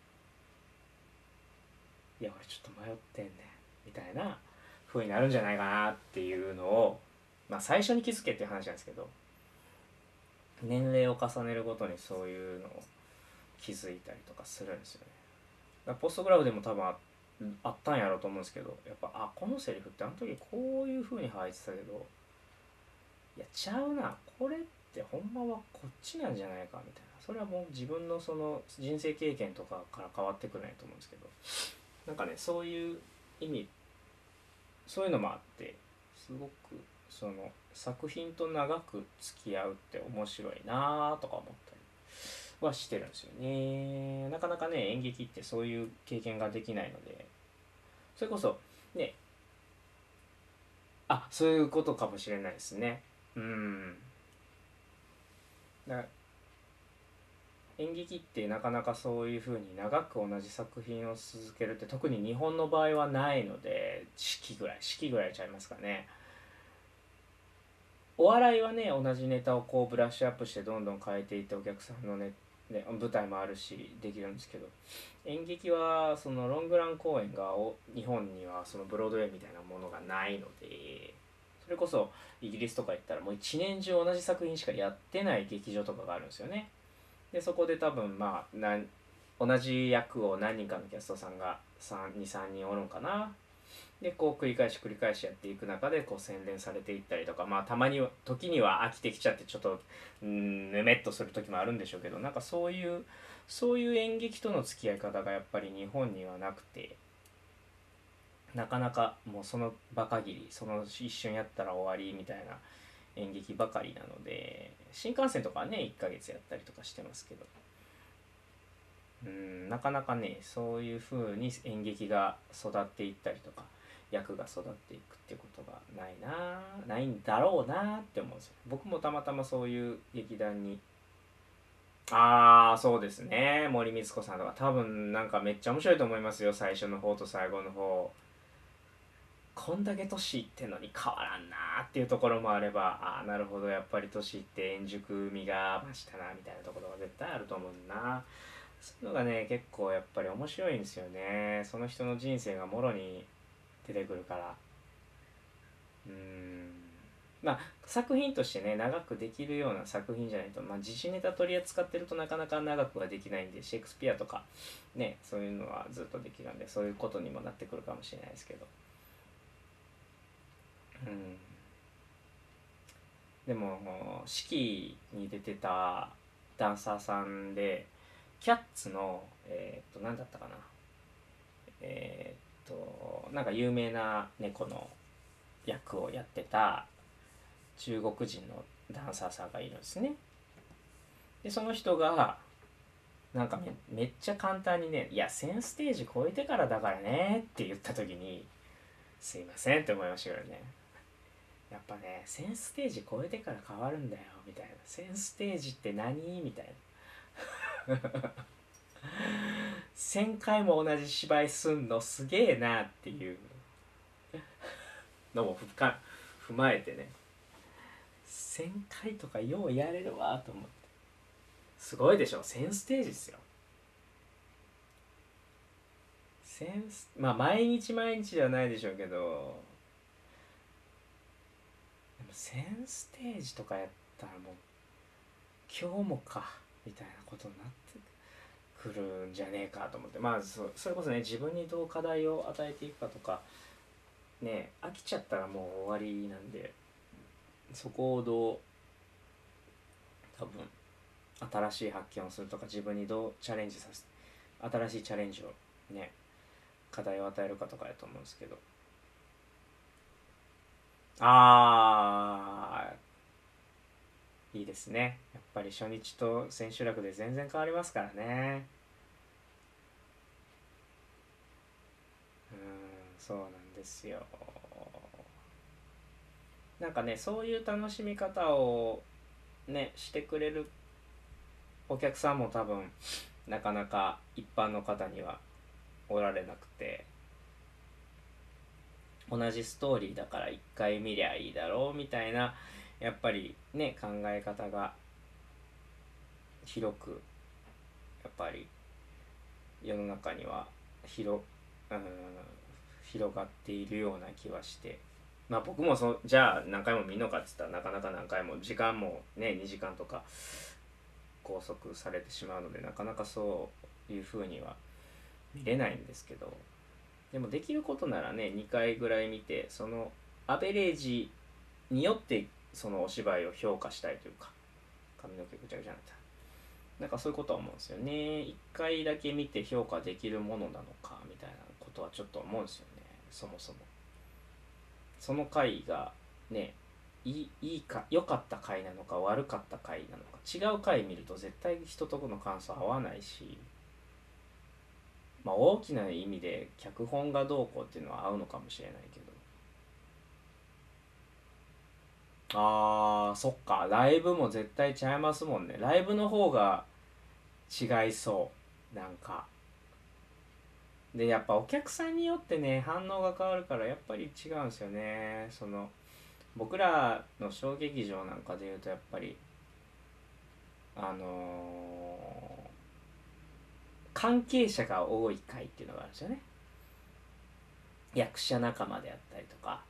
いや俺ちょっと迷ってんねんみたいな風になるんじゃないかなっていうのを、まあ最初に気づけっていう話なんですけど、年齢を重ねるごとにそういうのを気づいたりとかするんですよね。だからポストグラフでも多分 あ, あったんやろうと思うんですけど、やっぱあこのセリフってあの時こういう風に入ってたけどいやちゃうなこれってほんまはこっちなんじゃないかみたいな、それはもう自分のその人生経験とかから変わってくるんやと思うんですけど、なんかねそういう意味そういうのもあってすごくその作品と長く付き合うって面白いなとか思ったりはしてるんですよね。なかなかね演劇ってそういう経験ができないので、それこそねあそういうことかもしれないですね。うんだから演劇ってなかなかそういう風に長く同じ作品を続けるって特に日本の場合はないので、四季ぐらい四季ぐらいちゃいますかね。お笑いはね同じネタをこうブラッシュアップしてどんどん変えていってお客さんのねね舞台もあるしできるんですけど、演劇はそのロングラン公演が日本にはそのブロードウェイみたいなものがないので、それこそイギリスとか行ったらもう一年中同じ作品しかやってない劇場とかがあるんですよね。でそこで多分まあなん同じ役を何人かのキャストさんがにさんにんおるんかな。でこう繰り返し繰り返しやっていく中でこう洗練されていったりとか、まあたまに時には飽きてきちゃってちょっとうんぬめっとする時もあるんでしょうけど、なんかそういうそういう演劇との付き合い方がやっぱり日本にはなくて、なかなかもうその場限りその一瞬やったら終わりみたいな演劇ばかりなので、新幹線とかはねいっかげつやったりとかしてますけど、うんなかなかねそういう風に演劇が育っていったりとか役が育っていくってことがないなないんだろうなって思うんですよ。僕もたまたまそういう劇団に、ああそうですね、森光子さんとか多分なんかめっちゃ面白いと思いますよ、最初の方と最後の方。こんだけ年いってんのに変わらんなーっていうところもあれば、ああなるほどやっぱり年いって円熟味が増したなみたいなところが絶対あると思うんだな。そういうのがね結構やっぱり面白いんですよね、その人の人生がもろに出てくるから。うーんまあ作品としてね長くできるような作品じゃないと、まあ、時事ネタ取り扱ってるとなかなか長くはできないんで、シェイクスピアとかねそういうのはずっとできるんで、そういうことにもなってくるかもしれないですけど、うん、でも式に出てたダンサーさんでキャッツのえー、っと何だったかな、えー、っとなんか有名な猫の役をやってた中国人のダンサーさんがいるんですね。でその人がなんか め, めっちゃ簡単にね「いやせんステージ超えてからだからね」って言った時にすいませんって思いましたけどね。やっぱねせんステージ超えてから変わるんだよみたいな、せんステージって何みたいなせんかいも同じ芝居すんのすげえなっていうのもふか踏まえてね、せんかいとかようやれるわと思って、すごいでしょ、せんステージですよ。せんまあ毎日毎日ではないでしょうけど、でもせんステージとかやったらもう今日もかみたいなことになってくるんじゃねえかと思って、まあ そ, それこそね自分にどう課題を与えていくかとかね、飽きちゃったらもう終わりなんで、そこをどう多分新しい発見をするとか、自分にどうチャレンジさせ新しいチャレンジをね課題を与えるかとかやと思うんですけど、あーいいですね。やっぱり初日と千秋楽で全然変わりますからね。うん、そうなんですよ。なんかねそういう楽しみ方をねしてくれるお客さんも多分なかなか一般の方にはおられなくて、同じストーリーだから一回見りゃいいだろうみたいなやっぱりね考え方が広くやっぱり世の中には広、うん、広がっているような気はして、まあ僕もそじゃあ何回も見るのかっつったらなかなか何回も時間もねにじかんとか拘束されてしまうのでなかなかそういう風には見れないんですけど、でもできることならねにかいぐらい見てそのアベレージによってそのお芝居を評価したいというか、髪の毛ぐちゃぐちゃになったなんかそういうことは思うんですよね。いっかいだけ見て評価できるものなのかみたいなことはちょっと思うんですよね。そもそもその回がねいいいいか良かった回なのか悪かった回なのか、違う回見ると絶対人との感想合わないし、まあ大きな意味で脚本がどうこうっていうのは合うのかもしれないけど、あーそっか、ライブも絶対ちゃいますもんね。ライブの方が違いそう、なんか。でやっぱお客さんによってね反応が変わるからやっぱり違うんですよね。その僕らの小劇場なんかでいうとやっぱりあのー関係者が多い会っていうのがあるんですよね。役者仲間であったりとか、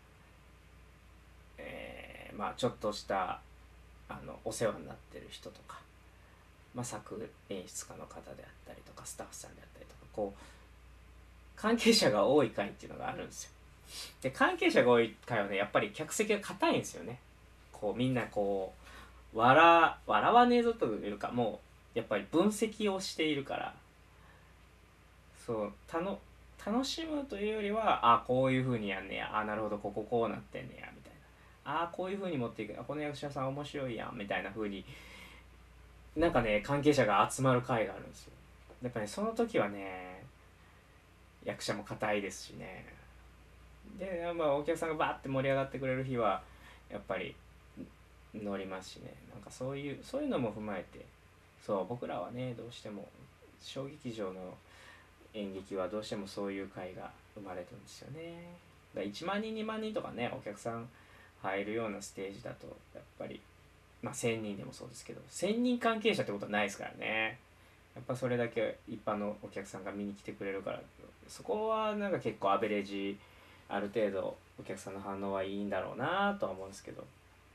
えーまあちょっとしたあのお世話になってる人とか、まあ、作演出家の方であったりとかスタッフさんであったりとか、こう関係者が多い会っていうのがあるんですよ。で関係者が多い会はねやっぱり客席が硬いんですよね。こうみんなこう笑笑わねえぞというか、もうやっぱり分析をしているから、そうたの楽しむというよりは、あこういう風にやんねや、あなるほどこここうなってんねやみたいな、あこういう風に持っていく、あこの役者さん面白いやんみたいな風になんかね関係者が集まる会があるんですよ。やっぱねその時はね役者も硬いですしね。で、まあ、お客さんがバーって盛り上がってくれる日はやっぱり乗りますしね。なんかそういうそういうのも踏まえて、そう僕らはねどうしても小劇場の演劇はどうしてもそういう会が生まれてるんですよね。だからいちまんにんにまん人とかねお客さん入るようなステージだとやっぱりまあせんにんでもそうですけどせんにん関係者ってことはないですからね。やっぱそれだけ一般のお客さんが見に来てくれるから、そこはなんか結構アベレージある程度お客さんの反応はいいんだろうなとは思うんですけど、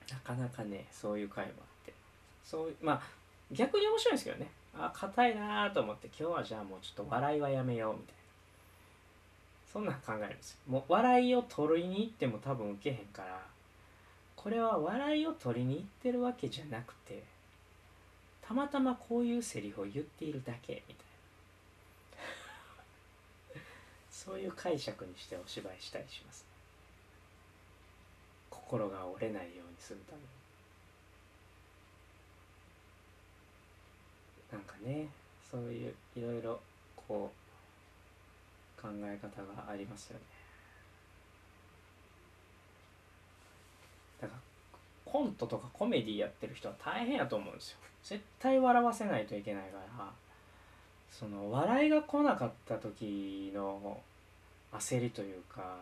なかなかねそういう回もあって、そうまあ逆に面白いんですけどね、あ硬いなと思って今日はじゃあもうちょっと笑いはやめようみたいな、そんなん考えるんですよ。もう笑いを取りに行っても多分受けへんから、これは笑いを取りに行ってるわけじゃなくて、たまたまこういうセリフを言っているだけみたいな、そういう解釈にしてお芝居したりしますね。心が折れないようにするために。なんかね、そういういろいろこう考え方がありますよね。だからコントとかコメディやってる人は大変やと思うんですよ。絶対笑わせないといけないから、その笑いが来なかった時の焦りというか、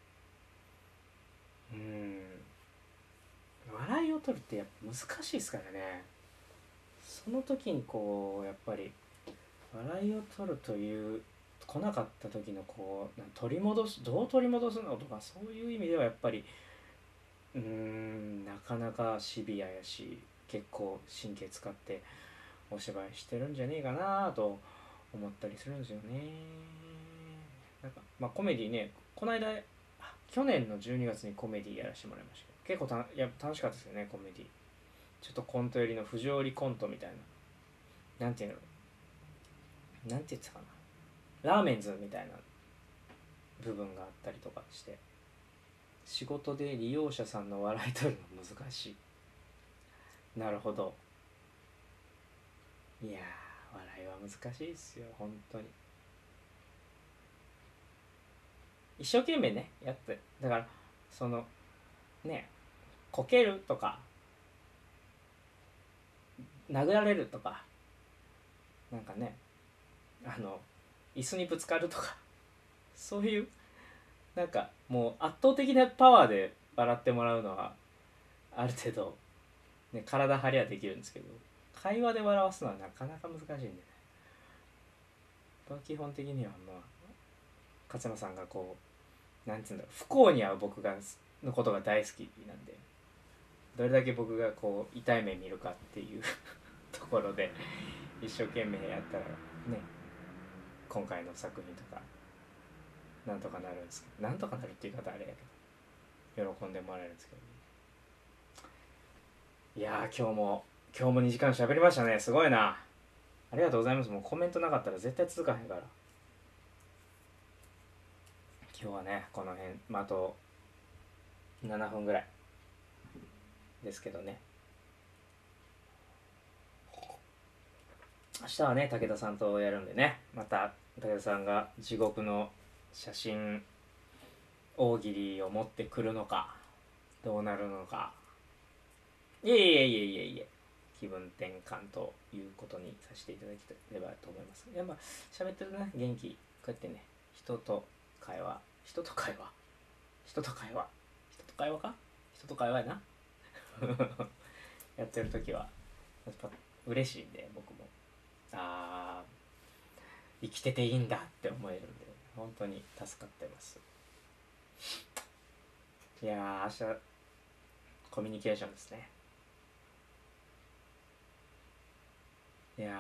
うん、笑いを取るってやっぱ難しいですからね。その時にこうやっぱり笑いを取るという来なかった時のこう取り戻す、どう取り戻すのとか、そういう意味ではやっぱりうーんなかなかシビアやし、結構神経使ってお芝居してるんじゃねえかなと思ったりするんですよね。なんかまあコメディね、この間去年のじゅうにがつにコメディやらせてもらいましたけど、結構たや楽しかったですよね。コメディちょっとコント寄りの不条理コントみたいな、なんていうの、なんて言ってたかな、ラーメンズみたいな部分があったりとかして、仕事で利用者さんの笑い取るの難しい。なるほど。いやー笑いは難しいですよ本当に。一生懸命ねやって、だからそのね、こけるとか殴られるとか、なんかね、あの椅子にぶつかるとか、そういうなんかもう圧倒的なパワーで笑ってもらうのはある程度、ね、体張りはできるんですけど、会話で笑わすのはなかなか難しいんでね。基本的にはまあ勝山さんがこうなんつうんだろう、不幸に遭う僕がのことが大好きなんで、どれだけ僕がこう痛い目見るかっていうところで一生懸命やったらね、今回の作品とかなんとかなるんですけど、なんとかなるっていう方あれやけど喜んでもらえるんですけど、ね、いやー今日も今日もにじかん喋りましたね。すごいな、ありがとうございます。もうコメントなかったら絶対続かへんから。今日はねこの辺、まあ、あとななふんぐらいですけどね、明日はね武田さんとやるんでね、また武田さんが地獄の写真大喜利を持ってくるのかどうなるのか、いえいえいえいえいえ、気分転換ということにさせていただければと思います。やっぱ喋ってるとね元気、こうやってね人と会話人と会話人と会話人と会話か人と会話やなやってる時はやっぱ嬉しいんで、僕もあー生きてていいんだって思えるんで本当に助かってます。いやー明日コミュニケーションですね。いや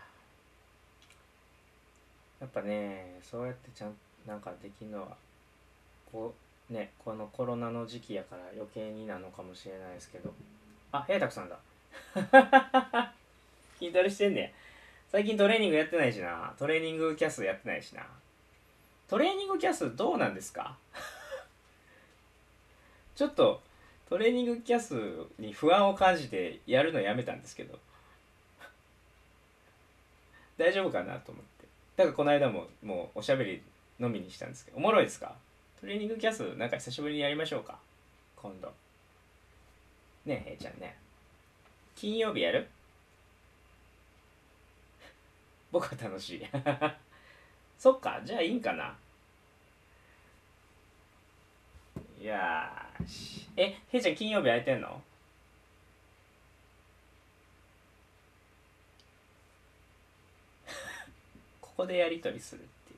ーやっぱねそうやってちゃんなんかできるのはこうね、このコロナの時期やから余計になのかもしれないですけど、あ、平沢さんだ筋トレしてんねん。最近トレーニングやってないしな。トレーニングキャスやってないしな。トレーニングキャスどうなんですかちょっとトレーニングキャスに不安を感じてやるのやめたんですけど大丈夫かなと思って、だからこの間ももうおしゃべりのみにしたんですけど、おもろいですか？トレーニングキャスなんか久しぶりにやりましょうか今度ね。えへいちゃんね、金曜日やる？僕は楽しいそっか、じゃあいいんかな。いやーし、え、へいちゃん金曜日空いてんの？ここでやりとりするっていう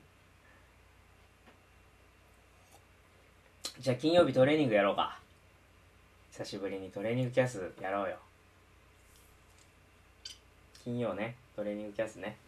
。じゃあ金曜日トレーニングやろうか。 久しぶりにトレーニングキャスやろうよ。金曜ね、トレーニングキャスね。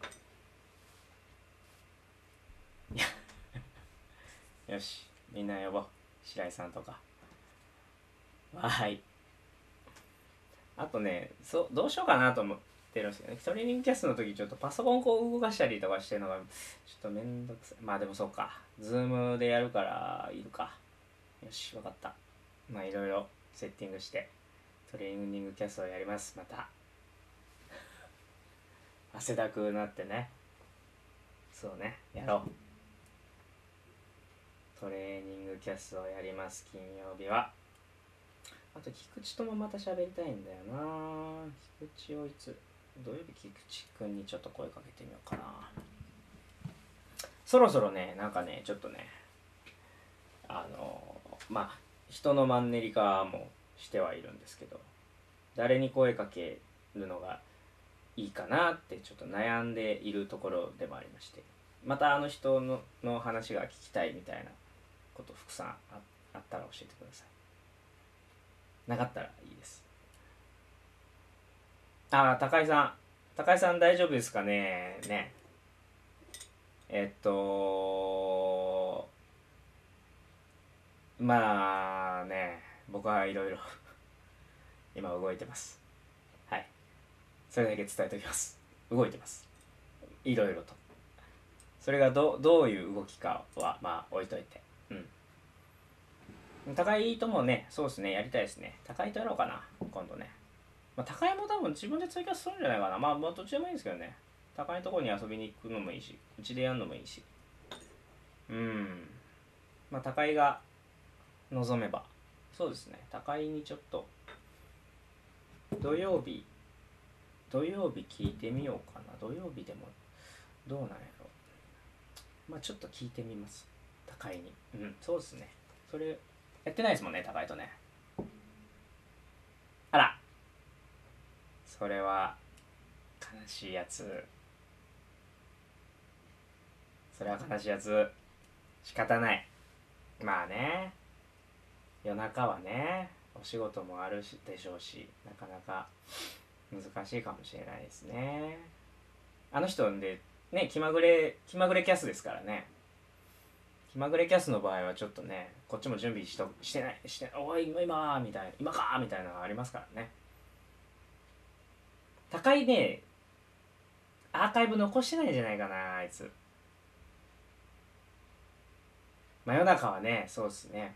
よし、みんな呼ぼう。白井さんとか。わーい。あとね、そどうしようかなと思ってるんですけどね。トレーニングキャスの時ちょっとパソコンこう動かしたりとかしてるのがちょっとめんどくさい。まあでもそうか。ズームでやるからいるか。よし、わかった。まあいろいろセッティングしてトレーニングキャスをやります。また。汗だくなってね。そうね、やろう。トレーニングキャスをやります。金曜日は。あと菊池ともまた喋りたいんだよな。菊池をいつ土曜日菊池くんにちょっと声かけてみようかな。そろそろね、なんかね、ちょっとね、あのまあ人のマンネリ化もしてはいるんですけど、誰に声かけるのがいいかなってちょっと悩んでいるところでもありまして、またあの人のの話が聞きたいみたいなこと福さん あ, あったら教えてください。なかったらいいです。ああ、高井さん高井さん大丈夫ですかね。ねえっとまあね、僕はいろいろ今動いてます。はい、それだけ伝えておきます。動いてます、いろいろと。それが ど, どういう動きかはまあ置いといて、うん、高井ともね、そうですね、やりたいですね。高井とやろうかな今度ね。まあ、高井も多分自分で追加するんじゃないかな。まあまあどっちでもいいんですけどね。高井のところに遊びに行くのもいいし、うちでやるのもいいし、うん、まあ高井が望めば、そうですね、高井にちょっと土曜日土曜日聞いてみようかな。土曜日でもどうなんやろ。まあちょっと聞いてみます、高井に。うん、そうですね。それやってないですもんね、高井とね。あら、それは悲しいやつ。それは悲しいやつ。仕方ない。まあね、夜中はね、お仕事もあるしでしょうし、なかなか難しいかもしれないですね。あの人でね、気まぐれ気まぐれキャスですからね。気まぐれキャスの場合はちょっとね、こっちも準備しとしてないしておい今今みたいな、今かみたいなのがありますからね。高いね、アーカイブ残してないんじゃないかな、あいつ。真夜中はね、そうですね。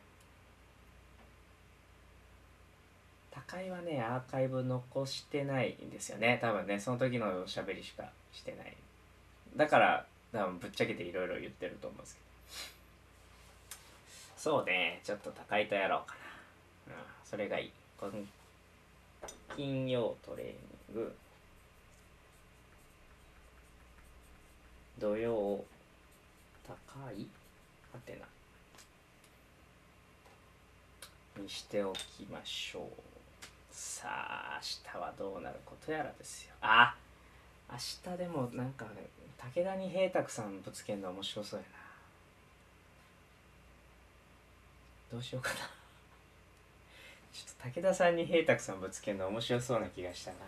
高井はね、アーカイブ残してないんですよね、多分ね。その時のおしゃべりしかしてない。だから多分ぶっちゃけていろいろ言ってると思うんですけど、そうね、ちょっと高井とやろうかな。うん、それがいい。この金曜トレーニング、土曜高いはてなにしておきましょう。さあ明日はどうなることやらですよ。あ、明日でもなんか、ね、武田に平沢さんぶつけるの面白そうやな。どうしようかな。ちょっと武田さんに平沢さんぶつけるの面白そうな気がしたな。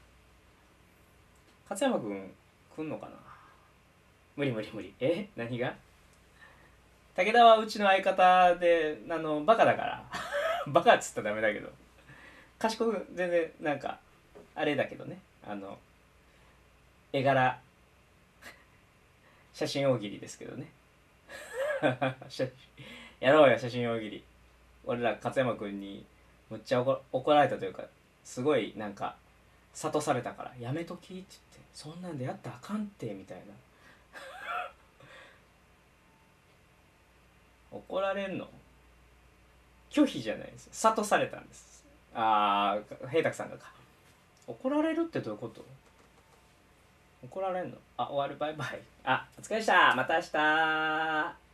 勝山くん来んのかな。無理無理無理。え、何が。武田はうちの相方で、あのバカだからバカっつったらダメだけど、賢く全然なんかあれだけどね、あの絵柄写真大喜利ですけどねやろうよ写真大喜利。俺ら勝山くんにむっちゃ怒怒られたというか、すごいなんか諭されたから、やめときって言って、そんなんでやったらあかんってみたいな怒られんの拒否じゃないです、諭されたんです。ああ、平沢さんがか。怒られるってどういうこと。怒られんの。あ、終わる、バイバイ。あ、お疲れでした、また明日。